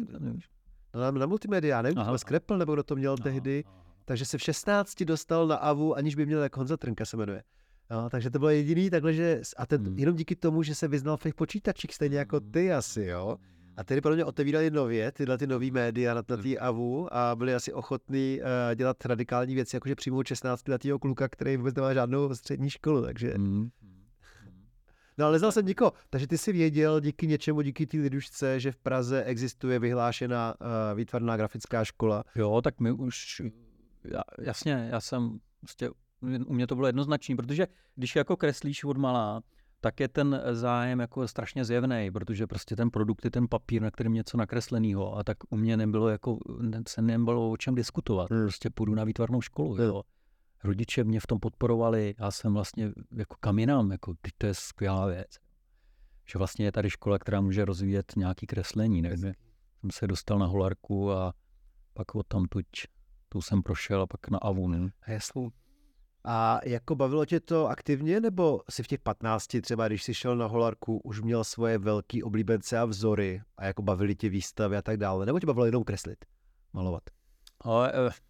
na multimédia, nevím, to Skrepl, nebo kdo to měl tehdy, takže se v 16 dostal na AVU, aniž by měl, jak Honza Trnka se jmenuje. No, takže to bylo jediný takhle, že a ten jenom díky tomu, že se vyznal v těch počítačích, stejně jako ty asi, jo. A tedy podle mě otevírali nově tyhle ty nový média na té AVU a byli asi ochotní dělat radikální věci, jakože přijmout 16letýho kluka, který vůbec nemá žádnou střední školu, takže... No ale neznal jsem nikoho, takže ty jsi věděl díky něčemu, díky té lidušce, že v Praze existuje vyhlášená výtvarná grafická škola. Jo, tak my už, jasně, já jsem, prostě, u mě to bylo jednoznačný, protože když jako kreslíš od malá, tak je ten zájem jako strašně zjevný, protože prostě ten produkt je ten papír, na kterém něco nakreslenýho a tak u mě nebylo o čem diskutovat, prostě půjdu na výtvarnou školu, jo. Rodiče mě v tom podporovali, já jsem vlastně jako kam jinam, jako to je skvělá věc. Že vlastně je tady škola, která může rozvíjet nějaký kreslení, nevím. Jsem se dostal na holarku a pak odtamtud tu jsem prošel a pak na AVU. Jasný. A jako bavilo tě to aktivně, nebo si v těch 15 třeba, když jsi šel na holarku, už měl svoje velký oblíbence a vzory a jako bavili tě výstavy a tak dále, nebo tě bavilo jenom kreslit, malovat? Ale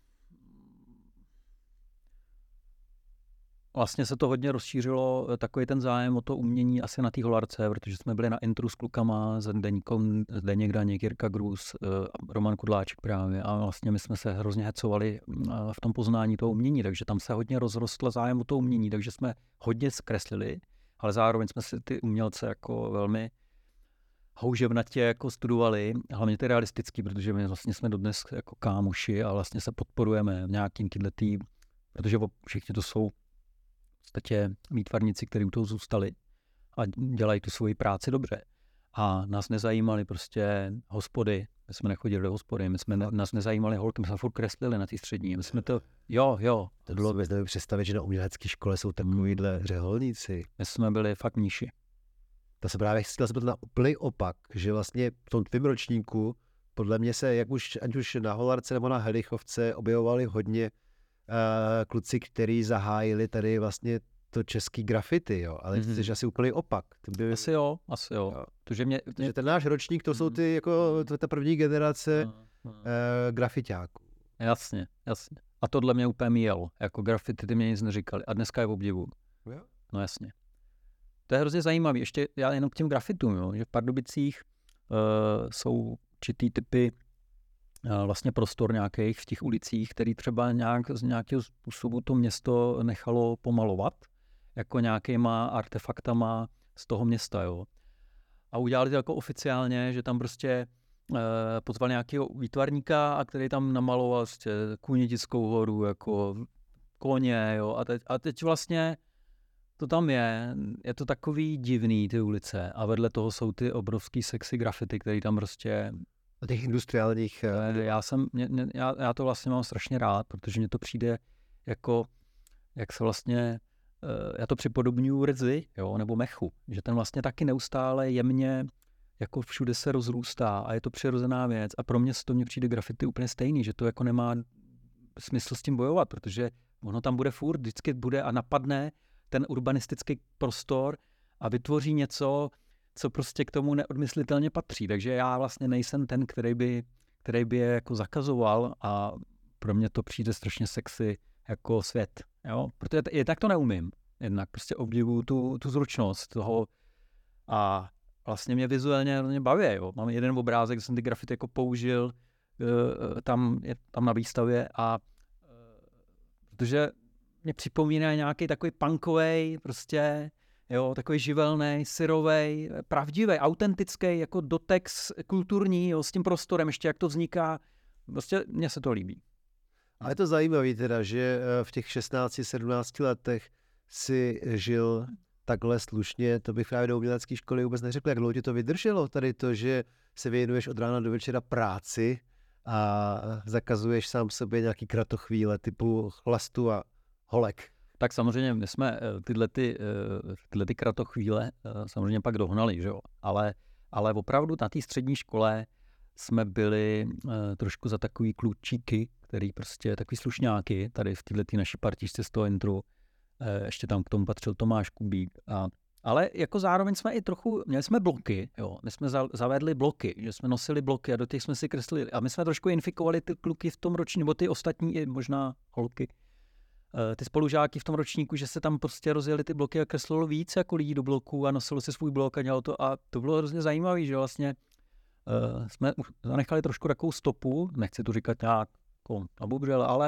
vlastně se to hodně rozšířilo, takový ten zájem o to umění asi na té holarce, protože jsme byli na intru s klukama, Zdeněk Daněk, Jirka Grus, Roman Kudláček právě a vlastně my jsme se hrozně hecovali v tom poznání toho umění, takže tam se hodně rozrostl zájem o to umění, takže jsme hodně zkreslili, ale zároveň jsme si ty umělce jako velmi houževnatě jako studovali, hlavně ty realistický, protože my vlastně jsme dodnes jako kámoši a vlastně se podporujeme v nějakým tyhletý, protože všichni to jsou v podstatě výtvarníci, kteří u toho zůstali a dělají tu svoji práci dobře. A nás nezajímaly prostě hospody, my jsme nechodili do hospody, nás nezajímaly holky, my jsme furt kreslili na té střední. My jsme to, jo. To bylo bez představit, že na umělecké škole jsou takovýhle řeholníci. My jsme byli fakt mníši. To se právě chtěl se na úplný opak, že vlastně v tom tvým ročníku, podle mě se, ať už na holarce nebo na helichovce, objevovali hodně kluci, kteří zahájili tady vlastně to český graffiti, jo, ale to je asi úplný opak. Asi jo. Protože ten náš ročník, to jsou ty, jako ta první generace grafiťáků. Jasně. A tohle mě úplně míjelo, jako graffiti, ty mě nic neříkali a dneska je v obdivu. Jo? No jasně. To je hrozně zajímavé, ještě já jenom k těm grafitům, jo, že v Pardubicích jsou určitý typy vlastně prostor nějakých v těch ulicích, který třeba z nějakého způsobu to město nechalo pomalovat, jako nějakýma artefaktama z toho města, jo. A udělali to jako oficiálně, že tam prostě pozval nějakého výtvarníka, a který tam namaloval prostě Kunitickou horu, jako koně, jo. A teď vlastně to tam je to takový divný, ty ulice. A vedle toho jsou ty obrovský sexy graffiti, který tam prostě těch industriálních... Já to vlastně mám strašně rád, protože mně to přijde jako, jak se vlastně, já to připodobňuji rdzi, jo, nebo mechu, že ten vlastně taky neustále jemně jako všude se rozrůstá a je to přirozená věc a pro mě to mně přijde graffiti úplně stejný, že to jako nemá smysl s tím bojovat, protože ono tam bude furt, vždycky bude a napadne ten urbanistický prostor a vytvoří něco, co prostě k tomu neodmyslitelně patří. Takže já vlastně nejsem ten, který by je jako zakazoval a pro mě to přijde strašně sexy jako svět. Jo? Protože je tak to neumím. Jednak prostě obdivuju tu zručnost toho a vlastně mě vizuálně baví. Jo? Mám jeden obrázek, jsem ty grafity jako použil tam na výstavě a protože mě připomíná nějaký takový punkovej, prostě, jo, takový živelný, syrovej, pravdivý, autentický, jako dotek kulturní, jo, s tím prostorem, ještě jak to vzniká. Prostě mně se to líbí. Ale je to zajímavé teda, že v těch 16-17 letech si žil takhle slušně, to bych právě do umělecké školy vůbec neřekl, jak dlouho ti to vydrželo, tady to, že se věnuješ od rána do večera práci a zakazuješ sám sobě nějaký kratochvíle typu chlastu a holek. Tak samozřejmě my jsme tyhle ty kratochvíle samozřejmě pak dohnali, že jo? Ale opravdu na té střední škole jsme byli trošku za takový klučíky, který prostě takový slušňáky, tady v této naší partičce z toho intru. Ještě tam k tomu patřil Tomáš Kubík. Ale jako zároveň jsme i trochu, měli jsme bloky, jo. My jsme zavedli bloky, že jsme nosili bloky a do těch jsme si kreslili. A my jsme trošku infikovali ty kluky v tom ročníku, nebo ty ostatní, i možná holky, ty spolužáky v tom ročníku, že se tam prostě rozjeli ty bloky a kreslilo víc jako lidí do bloků a nosilo si svůj blok a dělalo to. A to bylo hrozně zajímavé, že vlastně jsme zanechali trošku takovou stopu, nechci tu říkat nějak jako nabubřel, ale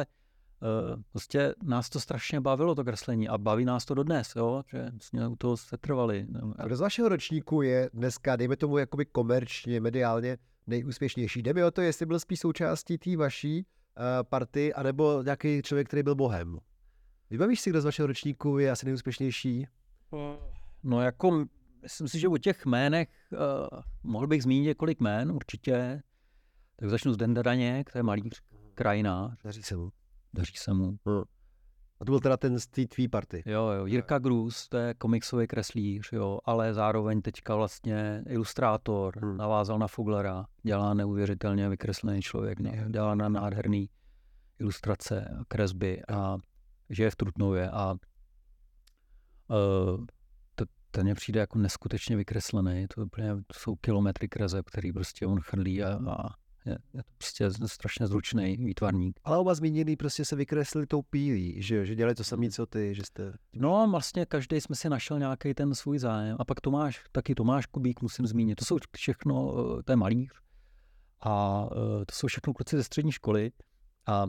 prostě nás to strašně bavilo, to kreslení, a baví nás to dodnes, jo, že jsme u toho setrvali. Kdo z vašeho ročníku je dneska, dejme tomu, jakoby komerčně, mediálně nejúspěšnější? Jde mi o to, jestli byl spíš součástí té vaší party, anebo nějaký člověk, který byl bohem. Vybavíš si, kdo z vašeho ročníku je asi nejúspěšnější? No jako, myslím si, že o těch jménech mohl bych zmínit několik jmén, určitě. Tak začnu s Denderaněk, to je malíř, krajinář. Daří se mu. Daří se mu. A to byl teda ten z té tvý party. Jo, Jirka Grus, to je komiksový kreslíř, jo, ale zároveň teďka vlastně ilustrátor, navázal na Foglera, dělá neuvěřitelně vykreslený člověk, dělá na nádherný ilustrace, kresby a žije v Trutnově a ten mě přijde jako neskutečně vykreslený, to jsou kilometry kreseb, který prostě on chrlí a je to prostě strašně zručný výtvarník. Ale oba zmíněný prostě se vykreslili tou pílí, že dělali to samý, co ty, že jste... No a vlastně každý jsme si našel nějaký ten svůj zájem. A pak Tomáš Kubík musím zmínit. To jsou všechno, to je malíř. A to jsou všechno kluci ze střední školy. A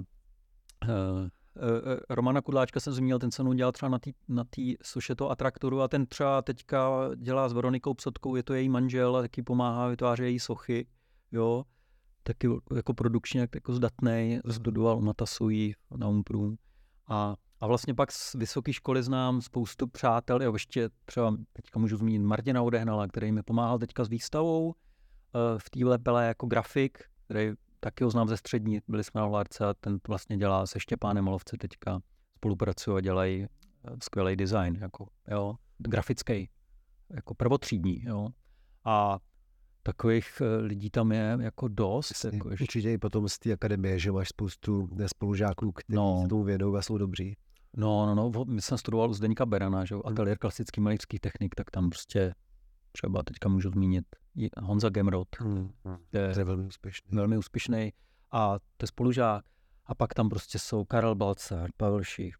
Romana Kudláčka jsem zmínil, ten se mnou dělal třeba na té soše toho Atraktoru a ten třeba teďka dělá s Veronikou Psotkou, je to její manžel a taky pomáhá vytvářet její sochy, jo. Taky jako produkčně jako zdatnej, studoval na Tasuji, na Umprum. A vlastně pak z vysoké školy znám spoustu přátel, jo, ještě třeba teďka můžu zmínit Martina Odehnala, který mi pomáhal teďka s výstavou v té Lepele jako grafik, který taky ho znám ze střední, byli jsme na Vládce a ten vlastně dělá se Štěpánem Molovce teďka, spolupracují a dělají skvělý design, jako, jo, grafický, jako prvotřídní, jo. A takových lidí tam je jako dost. Jako určitě i potom z té akademie, že máš spoustu spolužáků, kteří se tomu věnují a jsou dobří. No, my jsem studoval u Zdeňka Berana, že ateliér klasický malířských technik, tak tam prostě třeba teďka můžu zmínit Honza Gemrod. To je velmi úspěšný. Velmi úspěšný a to je spolužák. A pak tam prostě jsou Karel Balcar, Pavel Šich,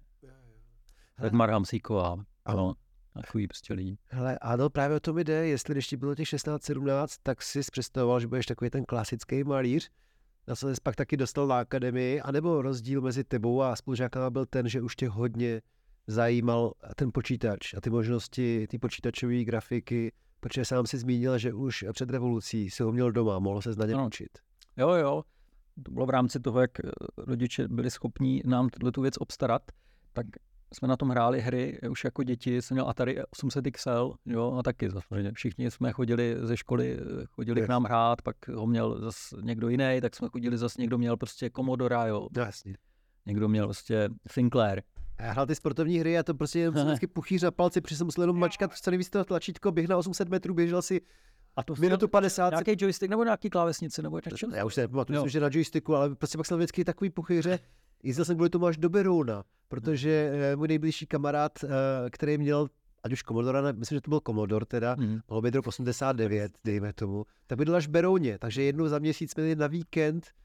Dagmar Hamsíková, no. Takový prostě lidi. Hele, ano, právě o tom jde, jestli když ti bylo těch 16-17, tak jsi představoval, že budeš takový ten klasický malíř, na co jsi pak taky dostal na akademii, anebo rozdíl mezi tebou a spolužákama byl ten, že už tě hodně zajímal ten počítač a ty možnosti, ty počítačové grafiky, protože sám si zmínil, že už před revolucí si ho měl doma, mohl se na něm učit. Jo, to bylo v rámci toho, jak rodiče byli schopní nám tu věc obstarat, tak jsme na tom hráli hry už jako děti, jsem měl Atari 800 XL, jo, a taky zase, všichni jsme chodili ze školy, k nám hrát, pak ho měl zase někdo jiný, tak jsme chodili zase, někdo měl prostě Commodora, jo. Jasně. Někdo měl prostě Sinclair. A já hrál ty sportovní hry a to prostě jenom vždycky puchýř na palci, protože jsem musel jenom mačkat co nejvíc toho tlačítko, běh na 800 metrů, běžel si a to minutu 50. Nějaký joystick nebo nějaký klávesnice nebo něco? Já už se nepamatuju, myslím, že na joysticku, ale prostě pak jsem vždycky takový puchýře. Jezdil jsem kvůli tomu až do Berouna, protože můj nejbližší kamarád, který měl, ať už Commodore, myslím, že to byl Commodore teda, mohl být rok 89, dejme tomu, tak bydlel až v Berouně, takže jednou za měsíc jsme jeli na víkend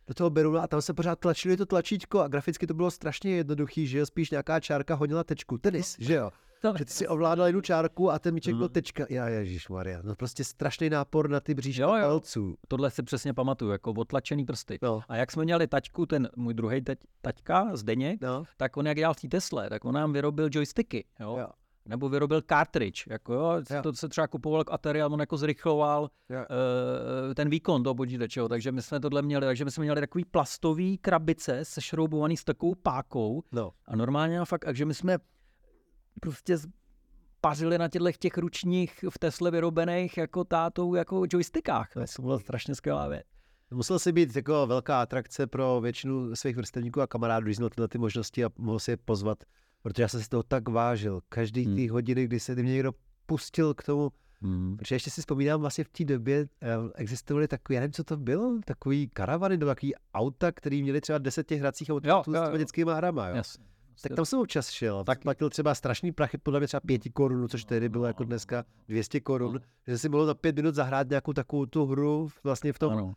do toho beruna a tam se pořád tlačili to tlačítko a graficky to bylo strašně jednoduchý, že jo, spíš nějaká čárka honila tečku. Tenis, že jo? Že ty si ovládal jednu čárku a ten míček byl tečka. Ježišmarja, no prostě strašný nápor na ty bříška palců. Tohle si přesně pamatuju, jako otlačený prsty. No. A jak jsme měli taťku, ten můj druhý taťka, Zdeněk, tak on jak dělal v té Tesle, tak on nám vyrobil joysticky, jo. Nebo vyrobil cartridge, jako jo. To se třeba kupoval k Atari a on jako zrychloval ten výkon toho počítače, takže my jsme tohle měli, takže my jsme měli takový plastový krabice sešroubovaný s takovou pákou a normálně fakt, takže my jsme prostě pařili na těch ručních v Tesle vyrobených jako tátou jako joystickách. To bylo strašně skvělá věc. Musel si být jako velká atrakce pro většinu svých vrstevníků a kamarádů, když měl tyhle ty možnosti a mohl si je pozvat, protože já jsem si toho tak vážil. Každý ty hodiny, kdy se mě někdo pustil k tomu, protože ještě si vzpomínám, vlastně v té době existovaly takový, já nevím, co to bylo, takový karavany, nebo takový auta, který měli třeba 10 těch hracích automatů s těma dětskýma hrama, jo. Jasně. Tak tam jsem občas šel, tak platil třeba strašný prachy, podle mě třeba 5 korun, což tehdy bylo jako dneska 200 korun, že si mohl za 5 minut zahrát nějakou takovou tu hru vlastně v tom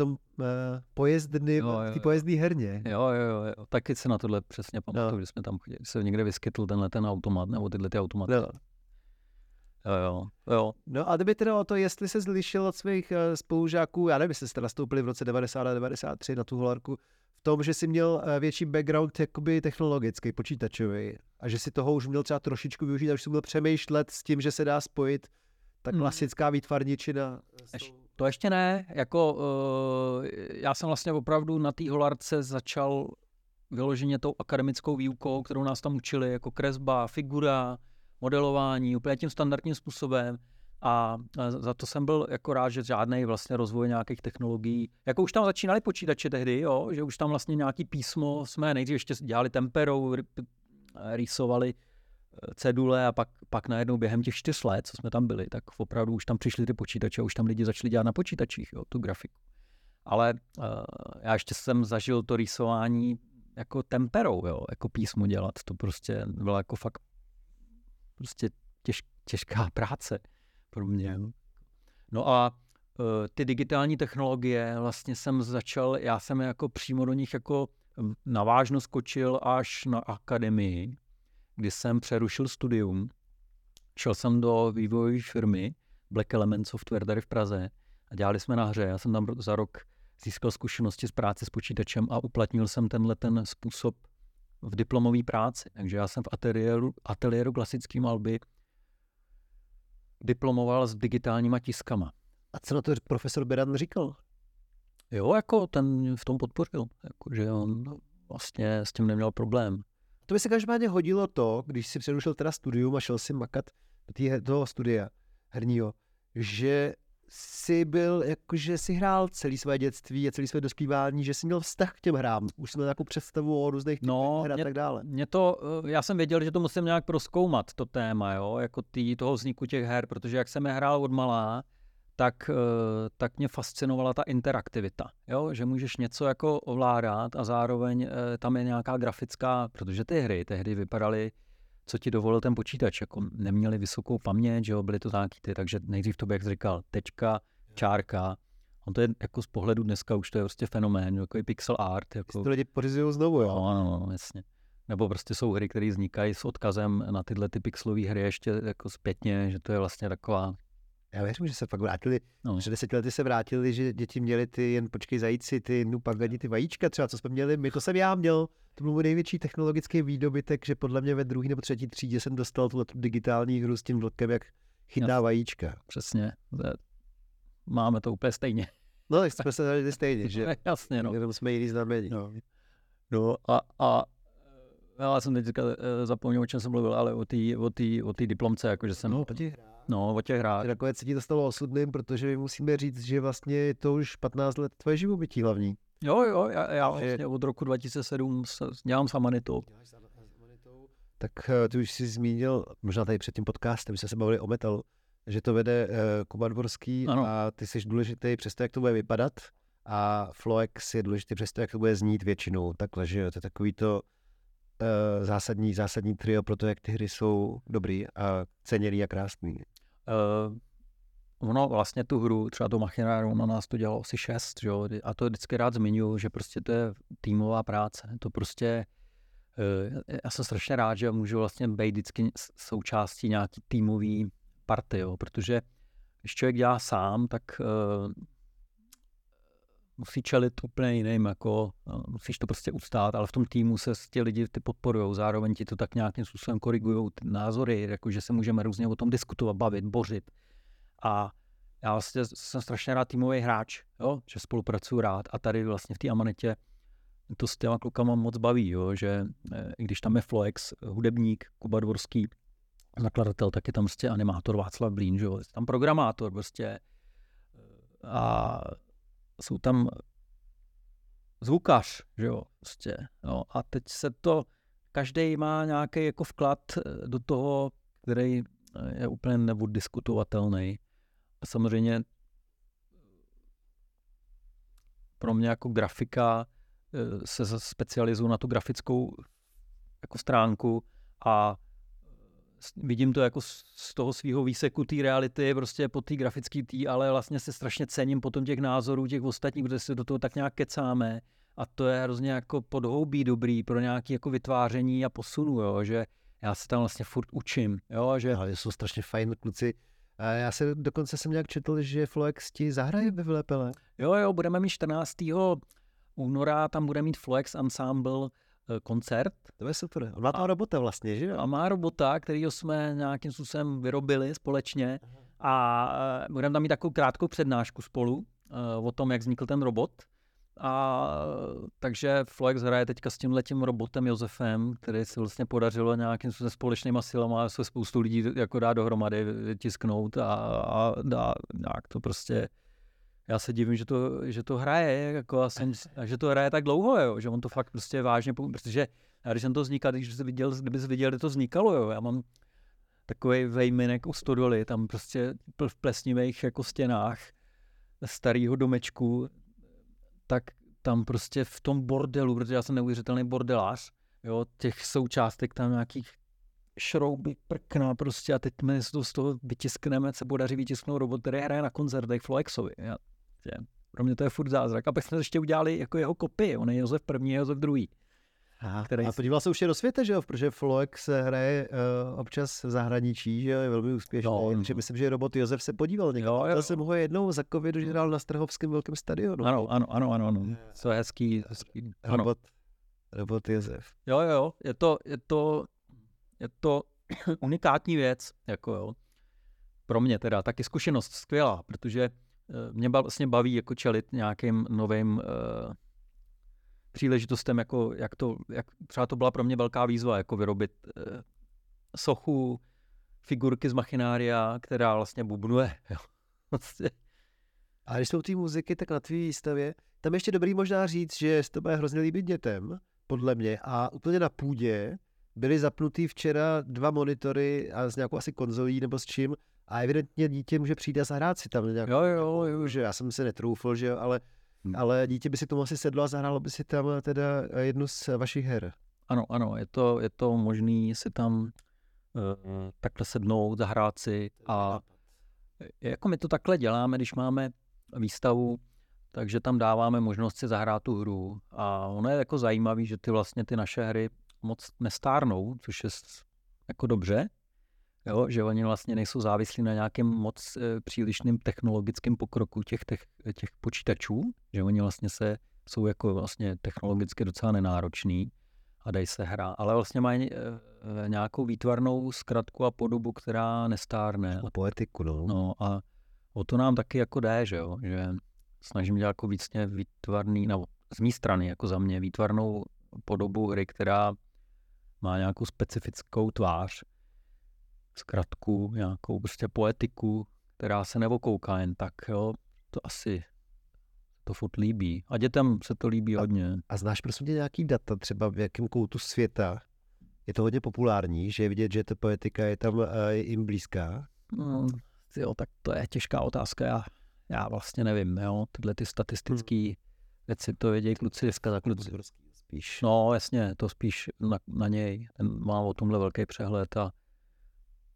v té pojezdné herně. Jo, taky si na tohle přesně pamatuju, že jsme tam chodili, se někde vyskytl ten automat, nebo tyhle ty automaty. Jo. No a kdyby teda o to, jestli se zlišil od svých spolužáků, já nevím, jestli jste nastoupili v roce 90 a 93 na tu holarku, v tom, že jsi měl větší background jakoby technologický, počítačový a že si toho už měl třeba trošičku využít a už jsi měl přemýšlet s tím, že se dá spojit ta klasická výtvarničina. To ještě ne, jako já jsem vlastně opravdu na té holarce začal vyloženě tou akademickou výukou, kterou nás tam učili, jako kresba, figura, modelování, úplně tím standardním způsobem. A za to jsem byl jako rád, že žádnej vlastně rozvoj nějakých technologií. Jako už tam začínali počítače tehdy, jo, že už tam vlastně nějaký písmo jsme nejdřív ještě dělali temperou, rýsovali cedule a pak najednou během těch 4 let, co jsme tam byli, tak opravdu už tam přišli ty počítače, už tam lidi začali dělat na počítačích, jo, tu grafiku. Ale já ještě jsem zažil to rýsování jako temperou, jo, jako písmo dělat, to prostě bylo jako fakt prostě těžká práce pro mě. No a ty digitální technologie vlastně jsem začal, já jsem jako přímo do nich jako navážno skočil až na akademii, kdy jsem přerušil studium. Šel jsem do vývojové firmy Black Element Software tady v Praze a dělali jsme na hře. Já jsem tam za rok získal zkušenosti z práce s počítačem a uplatnil jsem ten způsob v diplomové práci. Takže já jsem v ateliéru klasický malby diplomoval s digitálníma tiskama. A co na to profesor Beran říkal? Jo, jako ten v tom podpořil, jako, že on vlastně s tím neměl problém. To by se každopádně hodilo to, když si přerušil teda studium a šel si makat do toho studia herního, že jsi byl, jakože si hrál celý své dětství a celý své dospívání, že jsi měl vztah k těm hrám. Už jsme měl nějakou představu o různých typech her a tak dále. Já jsem věděl, že to musím nějak prozkoumat, to téma, jo, jako toho vzniku těch her, protože jak jsem je hrál od malá, tak mě fascinovala ta interaktivita, jo? Že můžeš něco jako ovládat a zároveň tam je nějaká grafická, protože ty hry tehdy vypadaly, co ti dovolil ten počítač, jako neměli vysokou paměť, že jo? Byly to taky takže nejdřív to by, jak jsi říkal, tečka, čárka, on to je jako z pohledu dneska už to je prostě fenomén, jako i pixel art. Jako... To lidi pořizují znovu, jo? No, jasně. Nebo prostě jsou hry, které vznikají s odkazem na tyhle ty pixelové hry ještě jako zpětně, že to je vlastně taková. Já věřím, že se fakt vrátili, před 10 lety se vrátili, že děti měli ty, jen počkej zajíci, ty nupagadí, ty vajíčka třeba, co jsme měli, to jsem já měl, to byl můj největší technologický výdobytek, že podle mě ve 2. nebo 3. třídě jsem dostal tu digitální hru s tím vlkem, jak chytá vajíčka. Přesně, máme to úplně stejně. No, tak jsme se dali stejně, že? Jasně, no. Jenom jsme jiný znamení. No a já jsem teď zapomněl, o čem jsem mluvil, ale o té diplomce, jakože jsem... o těch hrách. Nakonec se ti dostalo osudným, protože my musíme říct, že vlastně je to už 15 let tvoje živobytí hlavní. Jo, já vlastně od roku 2007 dělám s Amanitou. Tak ty už jsi zmínil, možná tady před tím podcastem, jsme se bavili o metalu, že to vede Kuba Dvorský a ty jsi důležitý přesto, jak to bude vypadat a Floex je důležitý přesto, jak to bude znít většinou. Takhle, že to je takový to zásadní trio pro to, jak ty hry jsou dobrý a ceněný a krásný. ono vlastně tu hru, třeba to Machinarium, na nás to dělalo asi 6, že jo? A to vždycky rád zmiňuji, že prostě to je týmová práce. To prostě, já jsem strašně rád, že můžu vlastně být vždycky součástí nějaký týmový party, jo? Protože když člověk dělá sám, tak musí čelit úplně jiným, jako musíš to prostě ustát, ale v tom týmu se ti lidi ty podporujou, zároveň ti to tak nějakým způsobem korigujou ty názory, jakože se můžeme různě o tom diskutovat, bavit, bořit. A já vlastně jsem strašně rád týmový hráč, jo? Že spolupracuju rád a tady vlastně v té Amanitě to s těma klukama moc baví, jo? Že i když tam je Floex, hudebník, Kuba Dvorský, zakladatel, tak je tam prostě animátor Václav Blín, že jo? Je tam programátor prostě a jsou tam zvukař, že jo, prostě, no. A teď se to, každý má nějaký jako vklad do toho, který je úplně neoddiskutovatelný. A samozřejmě pro mě jako grafika se specializuju na tu grafickou jako stránku a vidím to jako z toho svého výseku té reality, prostě po té grafické tý, ale vlastně se strašně cením potom těch názorů, těch ostatních, protože se do toho tak nějak kecáme a to je hrozně jako podhoubí dobrý pro nějaké jako vytváření a posunu, jo, že já se tam vlastně furt učím, jo, že... Ale jsou strašně fajn kluci. A já dokonce jsem nějak četl, že Floex ti zahraje ve Vylepele. Jo, budeme mít 14. února, tam bude mít Floex Ensemble koncert. To je super. On má tam robota vlastně, že jo? A má robota, kterýho jsme nějakým způsobem vyrobili společně a budeme tam mít takovou krátkou přednášku spolu o tom, jak vznikl ten robot. A takže Floex hraje teďka s tímhletím robotem Josefem, který se vlastně podařilo nějakým způsobem společnýma silama se spoustu lidí jako dá dohromady, vytisknout a dá nějak to prostě. Já se divím, že to hraje, jako a že to hraje tak dlouho, jo, že on to fakt prostě vážně, protože já když jsem to vznikal, kdybys viděl, kde to vznikalo, jo, já mám takovej vejminek u stodoly, tam prostě v plesnivých jako stěnách starého domečku, tak tam prostě v tom bordelu, protože já jsem neuvěřitelný bordelář, jo, těch součástek tam nějakých šrouby, prkna prostě a teď my z toho vytiskneme, se podaří vytisknout robot, který hraje na koncertech Floexovi. Pro mě to je furt zázrak. A pak jsme ještě udělali jako jeho kopii, on je Josef první a Josef druhý. A podíval se už je do světa, že jo, protože Floex hraje občas v zahraničí, že jo, je velmi úspěšný. Takže myslím, že robot Josef se podíval někde. Já jsem ho jednou za covidu, že hrál na Strahovském velkém stadionu. Ano. To je hezký. Robot Josef. Jo, je to unikátní věc, jako jo. Pro mě teda taky zkušenost skvělá, protože mě vlastně baví jako čelit nějakým novým příležitostem, jako jak třeba to byla pro mě velká výzva, jako vyrobit sochu, figurky z Machinária, která vlastně bubnuje. Jo. A když jsou ty muziky, tak na tvý výstavě, tam ještě dobrý možná říct, že se to bude hrozně líbit dětem, podle mě, a úplně na půdě byly zapnutý včera 2 monitory a s nějakou asi konzolí nebo s čím a evidentně dítě může přijít a zahrát si tam nějakou. Jo, že já jsem se netroufl, že jo, ale dítě by si tomu asi sedlo a zahrálo by si tam teda jednu z vašich her. Ano, je to možný si tam takhle sednout, zahrát si a jako my to takhle děláme, když máme výstavu, takže tam dáváme možnost si zahrát tu hru a ono je jako zajímavý, že ty naše hry moc nestárnou, což je jako dobře, jo, že oni vlastně nejsou závislí na nějakém moc přílišným technologickým pokroku těch počítačů, že oni vlastně jsou jako vlastně technologicky docela nenáročný a dají se hrát, ale vlastně mají nějakou výtvarnou zkratku a podobu, která nestárne. A poetiku, no. No a o to nám taky jako jde, že jo, že snažím dělat jako vícně výtvarný, nebo z mé strany, jako za mě, výtvarnou podobu hry, která má nějakou specifickou tvář, zkratku, nějakou prostě poetiku, která se nevokouká jen tak, jo, to asi to furt líbí. A dětem se to líbí hodně. A znáš prosím tě nějaký data, třeba v jakém koutu světa je to hodně populární, že je vidět, že ta poetika je tam jim blízká? Jo, tak to je těžká otázka, já vlastně nevím, jo, tyhle ty statistické věci to vědějí kluci. Spíš. No jasně, to spíš na něj, ten má o tomhle velký přehled a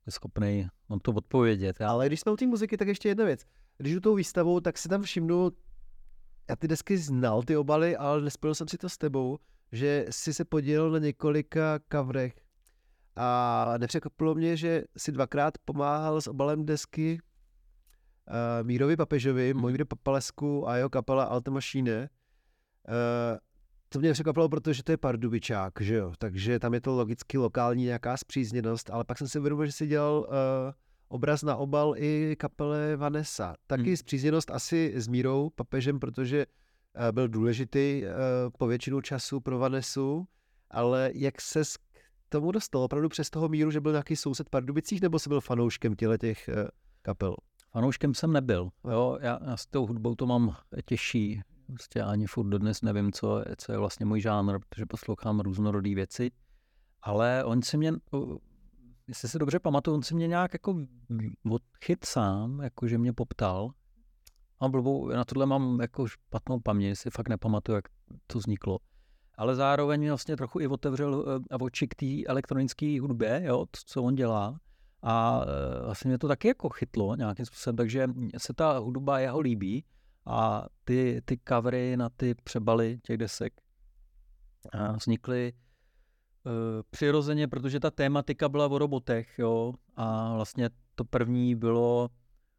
je schopný on to odpovědět. Ale když jsme u té muziky, tak ještě jedna věc. Když u tou výstavou, tak si tam všimnu, já ty desky znal, ty obaly, ale nespojil jsem si to s tebou, že jsi se podílel na několika coverech a nepřekvapilo mě, že si 2krát pomáhal s obalem desky Mírovi Papežovi, Mojmíru Papalesku a jeho kapela Alta Machine. To mě překvapilo, protože to je Pardubičák, že jo, takže tam je to logicky lokální nějaká spřízněnost, ale pak jsem si uvědomil, že si dělal obraz na obal i kapele Vanessa. Taky spřízněnost asi s Mírou Papežem, protože byl důležitý po většinu času pro Vanessu, ale jak ses k tomu dostal? Opravdu přes toho Míru, že byl nějaký soused Pardubicích, nebo jsi byl fanouškem těch kapel? Fanouškem jsem nebyl. Jo? Já s tou hudbou to mám těžší. Prostě ani furt dodnes nevím, co je vlastně můj žánr, protože poslouchám různorodý věci. Ale on si mě, jestli se dobře pamatuju, on si mě nějak jako odchyt sám, jakože mě poptal. A blbou, na tohle mám jako špatnou paměť, si fakt nepamatuju, jak to vzniklo. Ale zároveň mě vlastně trochu i otevřel oči k té elektronické hudbě, jo, to, co on dělá. A vlastně mě to taky jako chytlo nějakým způsobem, takže se ta hudba jeho líbí. A ty covery na ty přebaly těch desek vznikly přirozeně, protože ta tématika byla o robotech, jo, a vlastně to první bylo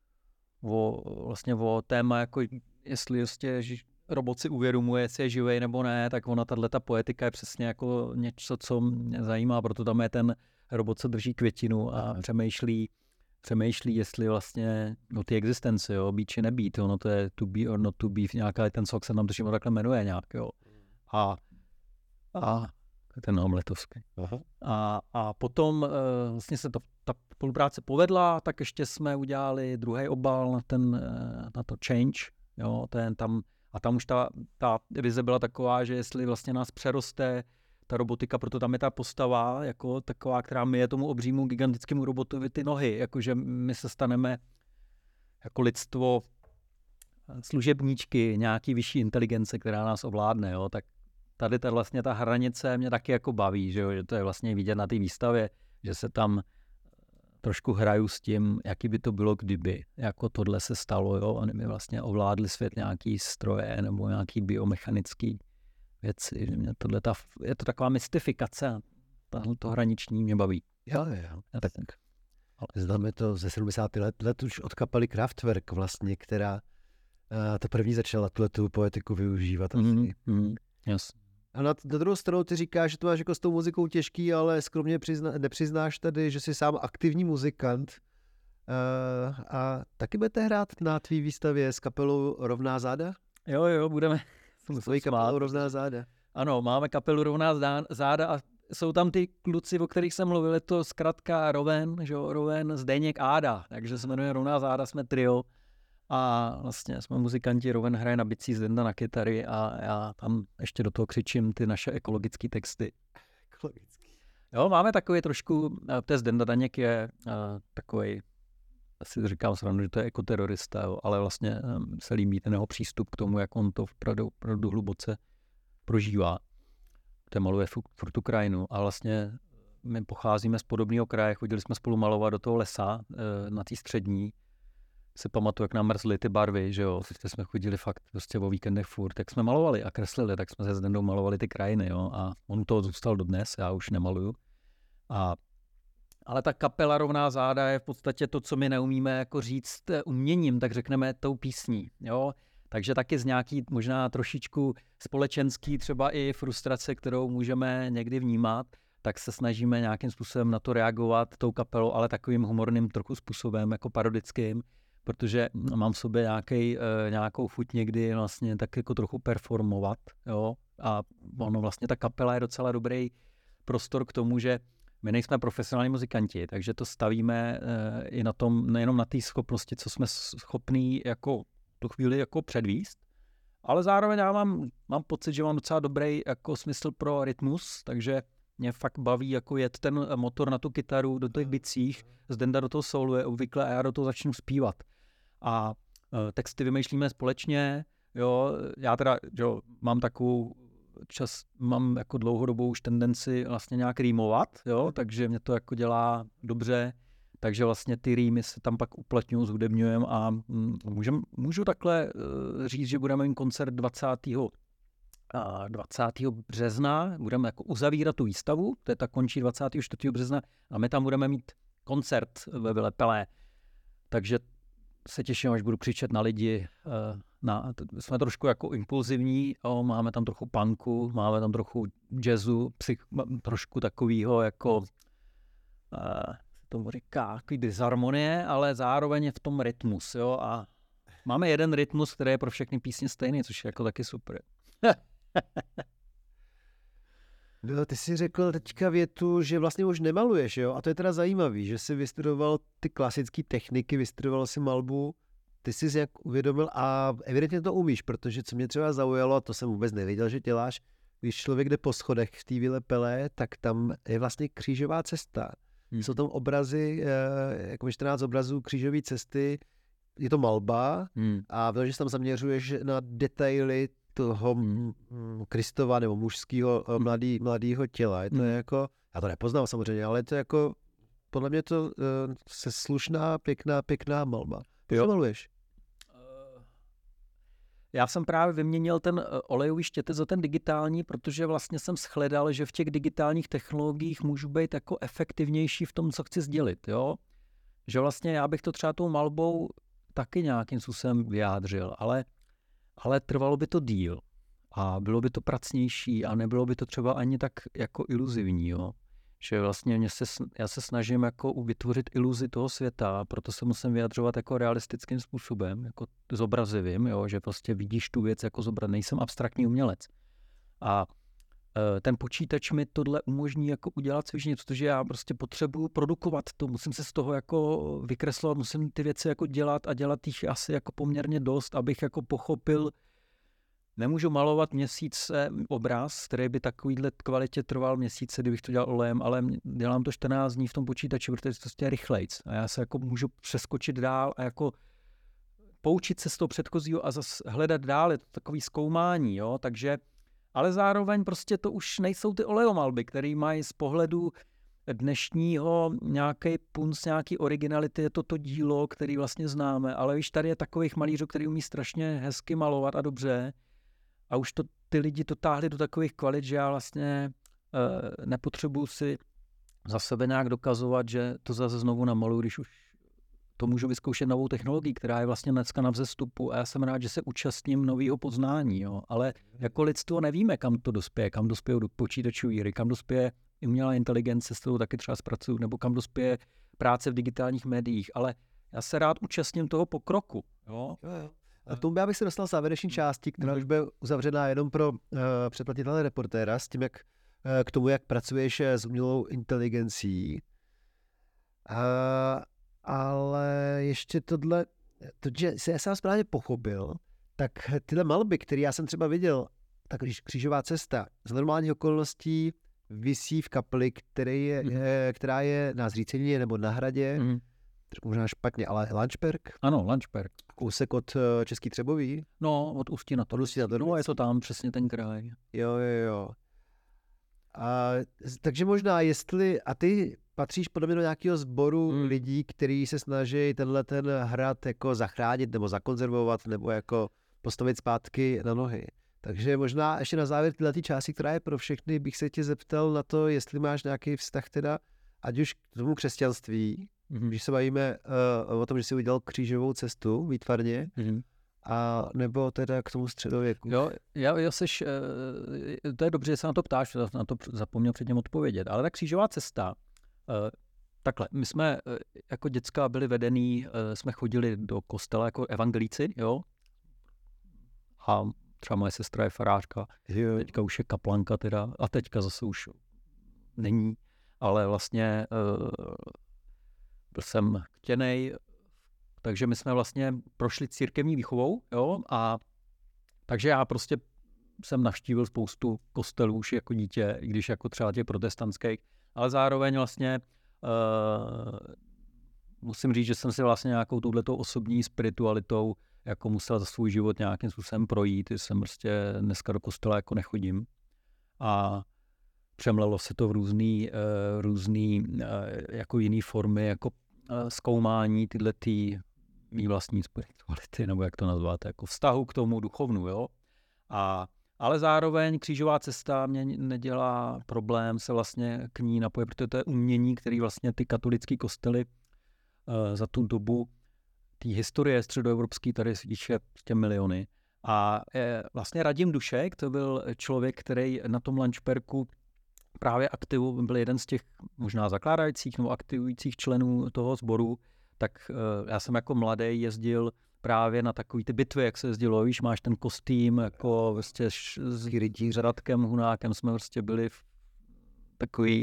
o téma, jako jestli robot si uvědomuje, jestli je živej nebo ne, tak ona tato poetika je přesně jako něco, co mě zajímá, proto tam je ten robot, co drží květinu a přemýšlí, jestli vlastně o té existenci, jo, být či nebýt, ono to je to be or not to be, nějaká ten song se tam tuším takhle jmenuje nějak, jo. A ten omletovský. A potom vlastně se ta spolupráce povedla, tak ještě jsme udělali druhý obal na to Change, jo, tam už ta vize byla taková, že jestli vlastně nás přeroste ta robotika, proto tam je ta postava jako taková, která myje tomu obřímu gigantickému robotovi ty nohy, jakože my se staneme jako lidstvo služebníčky nějaký vyšší inteligence, která nás ovládne, jo, tak tady vlastně ta hranice mě taky jako baví, že to je vlastně vidět na té výstavě, že se tam trošku hraju s tím, jaký by to bylo, kdyby jako tohle se stalo, jo, oni mi vlastně ovládli svět nějaký stroje nebo nějaký biomechanický věci, že mě je to taková mystifikace, to hraniční mě baví. Jo. Tak známe to ze 70. let už od kapely Kraftwerk vlastně, která to první začala tu poetiku využívat. Yes. A na druhou stranu ty říkáš, že to máš jako s tou muzikou těžký, ale skromně nepřiznáš tady, že jsi sám aktivní muzikant a taky budete hrát na tvý výstavě s kapelou Rovná záda? Jo, budeme. S tvojí kapelou Rovná záda. Ano, máme kapelu Rovná záda a jsou tam ty kluci, o kterých jsem mluvil, je to zkrátka Roven, Zdeněk, Áda, takže se jmenuje Rovná záda, jsme trio a vlastně jsme muzikanti, Roven hraje na bicí, Zdenda na kytary a já tam ještě do toho křičím ty naše ekologické texty. Ekologický. Jo, máme takový trošku, to Zdenda Daněk je takový, asi říkám srandu, že to je ekoterorista, jo, ale vlastně se líbí ten jeho přístup k tomu, jak on to opravdu hluboce prožívá. To maluje furt tu krajinu a vlastně my pocházíme z podobného kraje, chodili jsme spolu malovat do toho lesa na té střední. Si pamatuju, jak nám mrzly ty barvy, že jo, jsme chodili fakt prostě o víkendech furt, tak jsme malovali a kreslili, tak jsme se s Dendou malovali ty krajiny, jo, a on to zůstal dodnes, já už nemaluju. Ale ta kapela Rovná záda je v podstatě to, co my neumíme jako říct uměním, tak řekneme tou písní, jo. Takže taky z nějaký možná trošičku společenský třeba i frustrace, kterou můžeme někdy vnímat, tak se snažíme nějakým způsobem na to reagovat tou kapelou, ale takovým humorným trochu způsobem, jako parodickým, protože mám v sobě nějakou chuť někdy vlastně tak jako trochu performovat, jo. A ono vlastně ta kapela je docela dobrý prostor k tomu, že my nejsme profesionální muzikanti, takže to stavíme i na tom, nejenom na té schopnosti, co jsme schopní jako tu chvíli jako předvíst, ale zároveň já mám pocit, že mám docela dobrý jako smysl pro rytmus, takže mě fakt baví jako jet ten motor na tu kytaru do těch bicích, Zdenda do toho soluje obvykle a já do toho začnu zpívat. A texty vymýšlíme společně, jo, já teda, jo, mám jako dlouhodobou už tendenci vlastně nějak rýmovat, jo, takže mě to jako dělá dobře, Takže vlastně ty rýmy se tam pak uplatňují, zhudebňujeme a můžu takhle říct, že budeme mít koncert 20. března, budeme jako uzavírat tu výstavu, to je tak končí 24. března a my tam budeme mít koncert ve Vylepelé. Takže se těším, až budu křičet na lidi. Jsme trošku jako impulzivní, máme tam trochu punku, máme tam trochu jazzu, trošku takového jako tomu říká, takový disharmonie, ale zároveň je v tom rytmus, jo, a máme jeden rytmus, který je pro všechny písně stejný, což je jako taky super. No, ty jsi řekl teďka větu, že vlastně už nemaluješ, jo? A to je teda zajímavý, že jsi vystudoval ty klasické techniky, vystudoval si malbu, ty jsi jak uvědomil a evidentně to umíš, protože co mě třeba zaujalo, a to jsem vůbec nevěděl, že děláš, když člověk jde po schodech v té Vylepelé, tak tam je vlastně křížová cesta. Jsou tam obrazy, jako 14 obrazů křížové cesty, je to malba a protože se tam zaměřuješ na detaily toho Kristova nebo mužského mladého těla. Je to jako, já to nepoznám samozřejmě, ale je to jako, podle mě to se slušná, pěkná malba. Co maluješ? Já jsem právě vyměnil ten olejový štětec za ten digitální, protože vlastně jsem shledal, že v těch digitálních technologiích můžu být jako efektivnější v tom, co chci sdělit, jo? Že vlastně já bych to třeba tou malbou taky nějakým způsobem vyjádřil, ale trvalo by to díl a bylo by to pracnější a nebylo by to třeba ani tak jako iluzivní, jo? Že vlastně já se snažím jako vytvořit iluzi toho světa, proto se musím vyjadřovat jako realistickým způsobem, jako zobrazivým, jo? Že prostě vidíš tu věc jako nejsem abstraktní umělec. A ten počítač mi tohle umožní jako udělat svižně, protože já prostě potřebuju produkovat to, musím se z toho jako vykreslovat, musím ty věci jako dělat a dělat jich asi jako poměrně dost, abych jako pochopil. Nemůžu malovat měsíce obraz, který by takovýhle kvalitě trval měsíce, kdybych to dělal olejem, ale dělám to 14 dní v tom počítači, protože to je rychlejc. A já se jako můžu přeskočit dál a jako poučit se z toho předchozího a zase hledat dál, je to takový zkoumání, jo, takže, ale zároveň prostě to už nejsou ty olejomalby, které mají z pohledu dnešního nějaký punc, nějaký originality, je to dílo, který vlastně známe, ale víš, tady je takových malířů, který umí strašně hezky malovat a dobře. A už to ty lidi to táhli do takových kvalit, že já vlastně nepotřebuji si za sebe nějak dokazovat, že to zase znovu namaluji, když už to můžu vyzkoušet novou technologii, která je vlastně dneska na vzestupu a já jsem rád, že se účastním nového poznání, jo. Ale jako lidstvo nevíme, kam to dospěje, kam dospějí do počítačové hry, kam dospěje umělá inteligence, s kterou taky třeba zpracuju, nebo kam dospěje práce v digitálních médiích, ale já se rád účastním toho pokroku, jo. A k tomu bych se dostal závěrečné části, která už bude uzavřená jenom pro předplatitele Reportéra, s tím, jak k tomu, jak pracuješ s umělou inteligencí. Ale ještě tohle, že já jsem správně pochopil, tak tyhle malby, které já jsem třeba viděl, tak křížová cesta, z normálních okolností visí v kapli, která je na Zřícenině nebo na Hradě, trošku možná špatně, ale Lančberg? Ano, Lančberg. Kousek od Český Třeboví? No, od Ústí nad Orlicí. No, je to tam přesně ten kraj. Jo. Takže možná, a ty patříš podle mě do nějakého sboru lidí, kteří se snaží ten hrad jako zachránit nebo zakonzervovat nebo jako postavit zpátky na nohy. Takže možná ještě na závěr tyhle části, která je pro všechny, bych se tě zeptal na to, jestli máš nějaký vztah teda, ať už k tomu křesťanství, když se bavíme o tom, že jsi udělal křížovou cestu výtvarně, a nebo teda k tomu středověku. Jo, to je dobře, že se na to ptáš, na to zapomněl předtím odpovědět, ale ta křížová cesta, takhle, my jsme jako děcka byli vedený, jsme chodili do kostela jako evangelíci, jo, a třeba moje sestra je farářka, teďka už je kaplanka teda, a teďka zase už není, ale vlastně byl jsem chtěnej, takže my jsme vlastně prošli církevní výchovou, jo, a takže já prostě jsem navštívil spoustu kostelů už jako dítě, i když jako třeba těch protestantských, ale zároveň vlastně musím říct, že jsem si vlastně nějakou touhletou osobní spiritualitou jako musel za svůj život nějakým způsobem projít, že jsem prostě dneska do kostela jako nechodím a přemlelo se to v různý jako jiný formy, jako zkoumání tyhletý mý vlastní spirituality, nebo jak to nazvat, jako vztahu k tomu duchovnu, jo. Ale zároveň křížová cesta mě nedělá problém se vlastně k ní napojit, protože to je umění, který vlastně ty katolické kostely za tu dobu té historie středoevropské tady píše miliony. A vlastně Radim Dušek, to byl člověk, který na tom Lančperku právě byl jeden z těch možná zakládajících nebo aktivujících členů toho sboru, tak já jsem jako mladý jezdil právě na takový ty bitvy, jak se jezdilo, víš, máš ten kostým, jako vlastně s Radkem Hunákem jsme vlastně byli v takový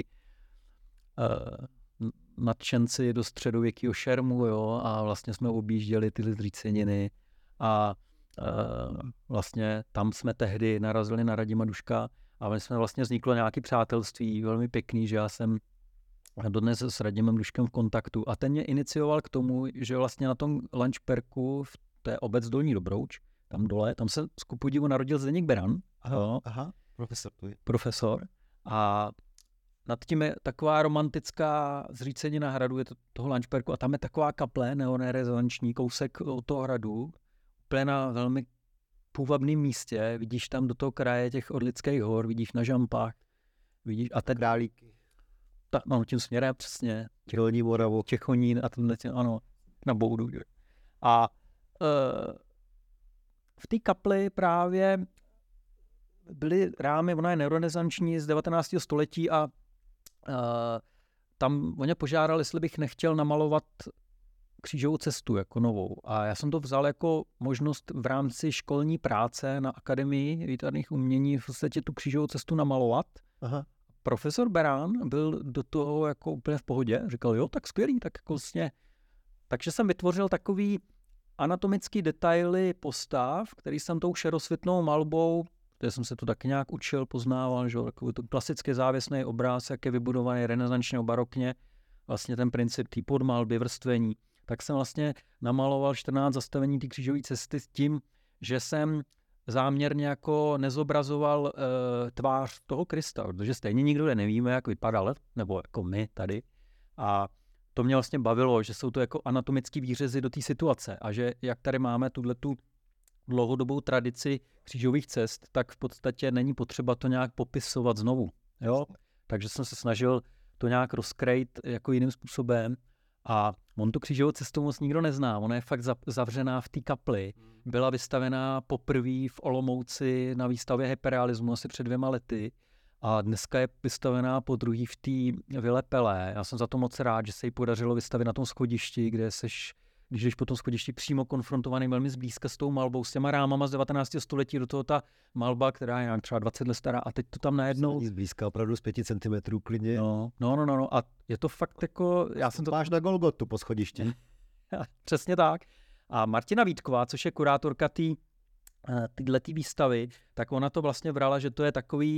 nadšenci do středověkého šermu, jo, a vlastně jsme objížděli ty zříceniny a vlastně tam jsme tehdy narazili na Radima Duška a my jsme vlastně vzniklo nějaké přátelství, velmi pěkný, že já jsem dodnes s Radimem Duškem v kontaktu a ten mě inicioval k tomu, že vlastně na tom Lančperku, v té obec Dolní Dobrouč, tam dole, tam se z kupodivu narodil Zdeněk Beran. Aha, profesor. A nad tím je taková romantická zřícenina hradu, je to toho Lančperku a tam je taková kaple neonerezonanční, kousek od toho hradu, úplně na velmi půvabném místě, vidíš tam do toho kraje těch Orlických hor, vidíš na Žampách, vidíš a teď Králíky. No, tím směrem přesně. Dolní Moravu. Těchonín a tenhle, ano, na Boudu. A v té kapli právě byly rámy, ona je neorenesanční z 19. století a tam oni požádali, jestli bych nechtěl namalovat křížovou cestu jako novou. A já jsem to vzal jako možnost v rámci školní práce na Akademii výtvarných umění v podstatě tu křížovou cestu namalovat. Aha. Profesor Beran byl do toho jako úplně v pohodě. Říkal, jo, tak skvělý, tak jako vlastně. Takže jsem vytvořil takový anatomický detaily postav, který jsem tou šerosvětnou malbou, kde jsem se to tak nějak učil, poznával, že takový to klasický závěsný obráz, jak je vybudovaný renesančně barokně, vlastně ten princip té podmalby, vrstvení, tak jsem vlastně namaloval 14 zastavení té křížové cesty s tím, že jsem záměrně jako nezobrazoval tvář toho Krista, protože stejně nikdo nevíme, jak vypadal, nebo jako my tady. A to mě vlastně bavilo, že jsou to jako anatomický výřezy do té situace a že jak tady máme tu dlouhodobou tradici křížových cest, tak v podstatě není potřeba to nějak popisovat znovu. Jo? Takže jsem se snažil to nějak rozkrejt jako jiným způsobem. A on tu křížovou cestu moc nikdo nezná. Ona je fakt zavřená v té kapli. Byla vystavená poprvé v Olomouci na výstavě hyperrealismu asi před 2 lety. A dneska je vystavená po druhý v té Vile Pelé. Já jsem za to moc rád, že se jí podařilo vystavit na tom schodišti, kde když jdeš po tom schodišti přímo konfrontovaný velmi zblízka s tou malbou, s těma rámama z 19. století, do toho ta malba, která je třeba 20 let stará a teď to tam najednou... Zblízka, opravdu z 5 cm klidně. No. A je to fakt jako... Máš na Golgotu po schodišti. Přesně tak. A Martina Vítková, což je kurátorka tyhletý výstavy, tak ona to vlastně brala, že to je takový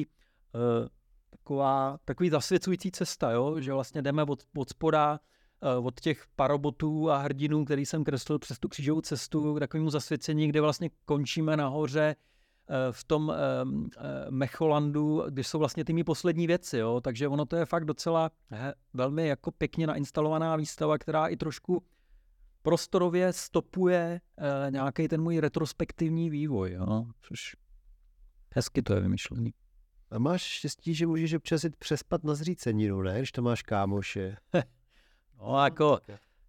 zasvěcující cesta, jo? Že vlastně jdeme od spoda, od těch parobotů a hrdinů, který jsem kreslil přes tu křížovou cestu k takovému zasvěcení, kde vlastně končíme nahoře v tom Mecholandu, kde jsou vlastně ty mý poslední věci, jo? Takže ono to je fakt docela velmi jako pěkně nainstalovaná výstava, která i trošku prostorově stopuje nějaký ten můj retrospektivní vývoj, jo? Což hezky to je vymyšlený. A máš štěstí, že můžeš občas jít přespat na zříceninu, ne? Když to máš kámoše. No jako,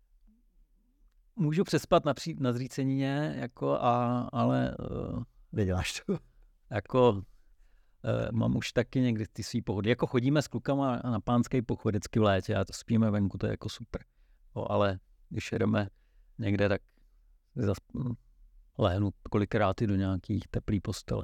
můžu přespat na zřícenině, jako, ale... Neděláš to. Jako, mám už taky někdy ty svý pohody. Jako chodíme s klukama na pánský pochod vždycky v létě a to spíme venku, to je jako super. No, ale když jedeme někde, tak lehnu kolikrát i do nějakých teplý postele.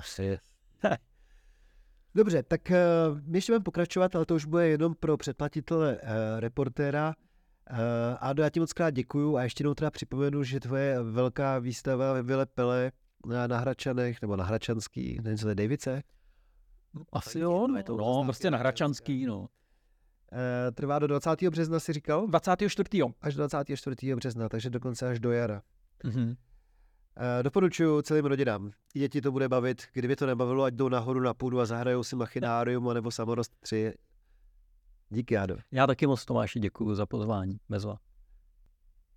Dobře, tak my ještě budeme pokračovat, ale to už bude jenom pro předplatitele reportéra. Ádo, já ti moc krát děkuju a ještě jednou teda připomenu, že tvoje velká výstava ve Vile Pelé na Hračanech, nebo na Hračanský, nevím, co to je, Davice? Asi jo, no, prostě na Hračanský, no. Trvá do 20. března, si říkal? 24. Až do 24. března, takže dokonce až do jara. Mhm. Doporučuji celým rodinám. I děti to bude bavit. Kdyby to nebavilo, ať jdou nahoru na půdu a zahrajou si Machinárium nebo Samorost 3. Díky, Ádo. Já taky moc, Tomáši, děkuju za pozvání. Bezva.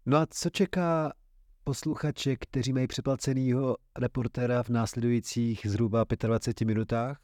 No a co čeká posluchače, kteří mají předplacenýho reportéra v následujících zhruba 25 minutách?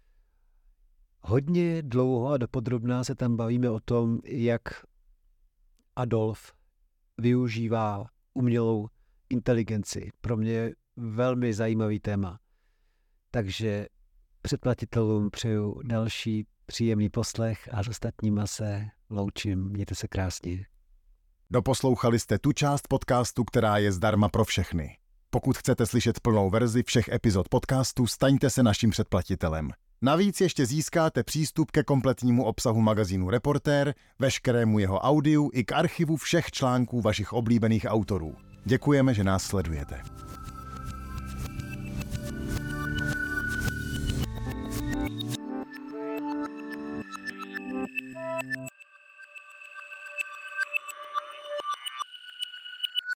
Hodně dlouho a dopodrobná se tam bavíme o tom, jak Adolf využívá umělou inteligenci. Pro mě velmi zajímavý téma. Takže předplatitelům přeju další příjemný poslech a s ostatníma se loučím. Mějte se krásně. Doposlouchali jste tu část podcastu, která je zdarma pro všechny. Pokud chcete slyšet plnou verzi všech epizod podcastu, staňte se naším předplatitelem. Navíc ještě získáte přístup ke kompletnímu obsahu magazínu Reportér, veškerému jeho audiu i k archivu všech článků vašich oblíbených autorů. Děkujeme, že nás sledujete.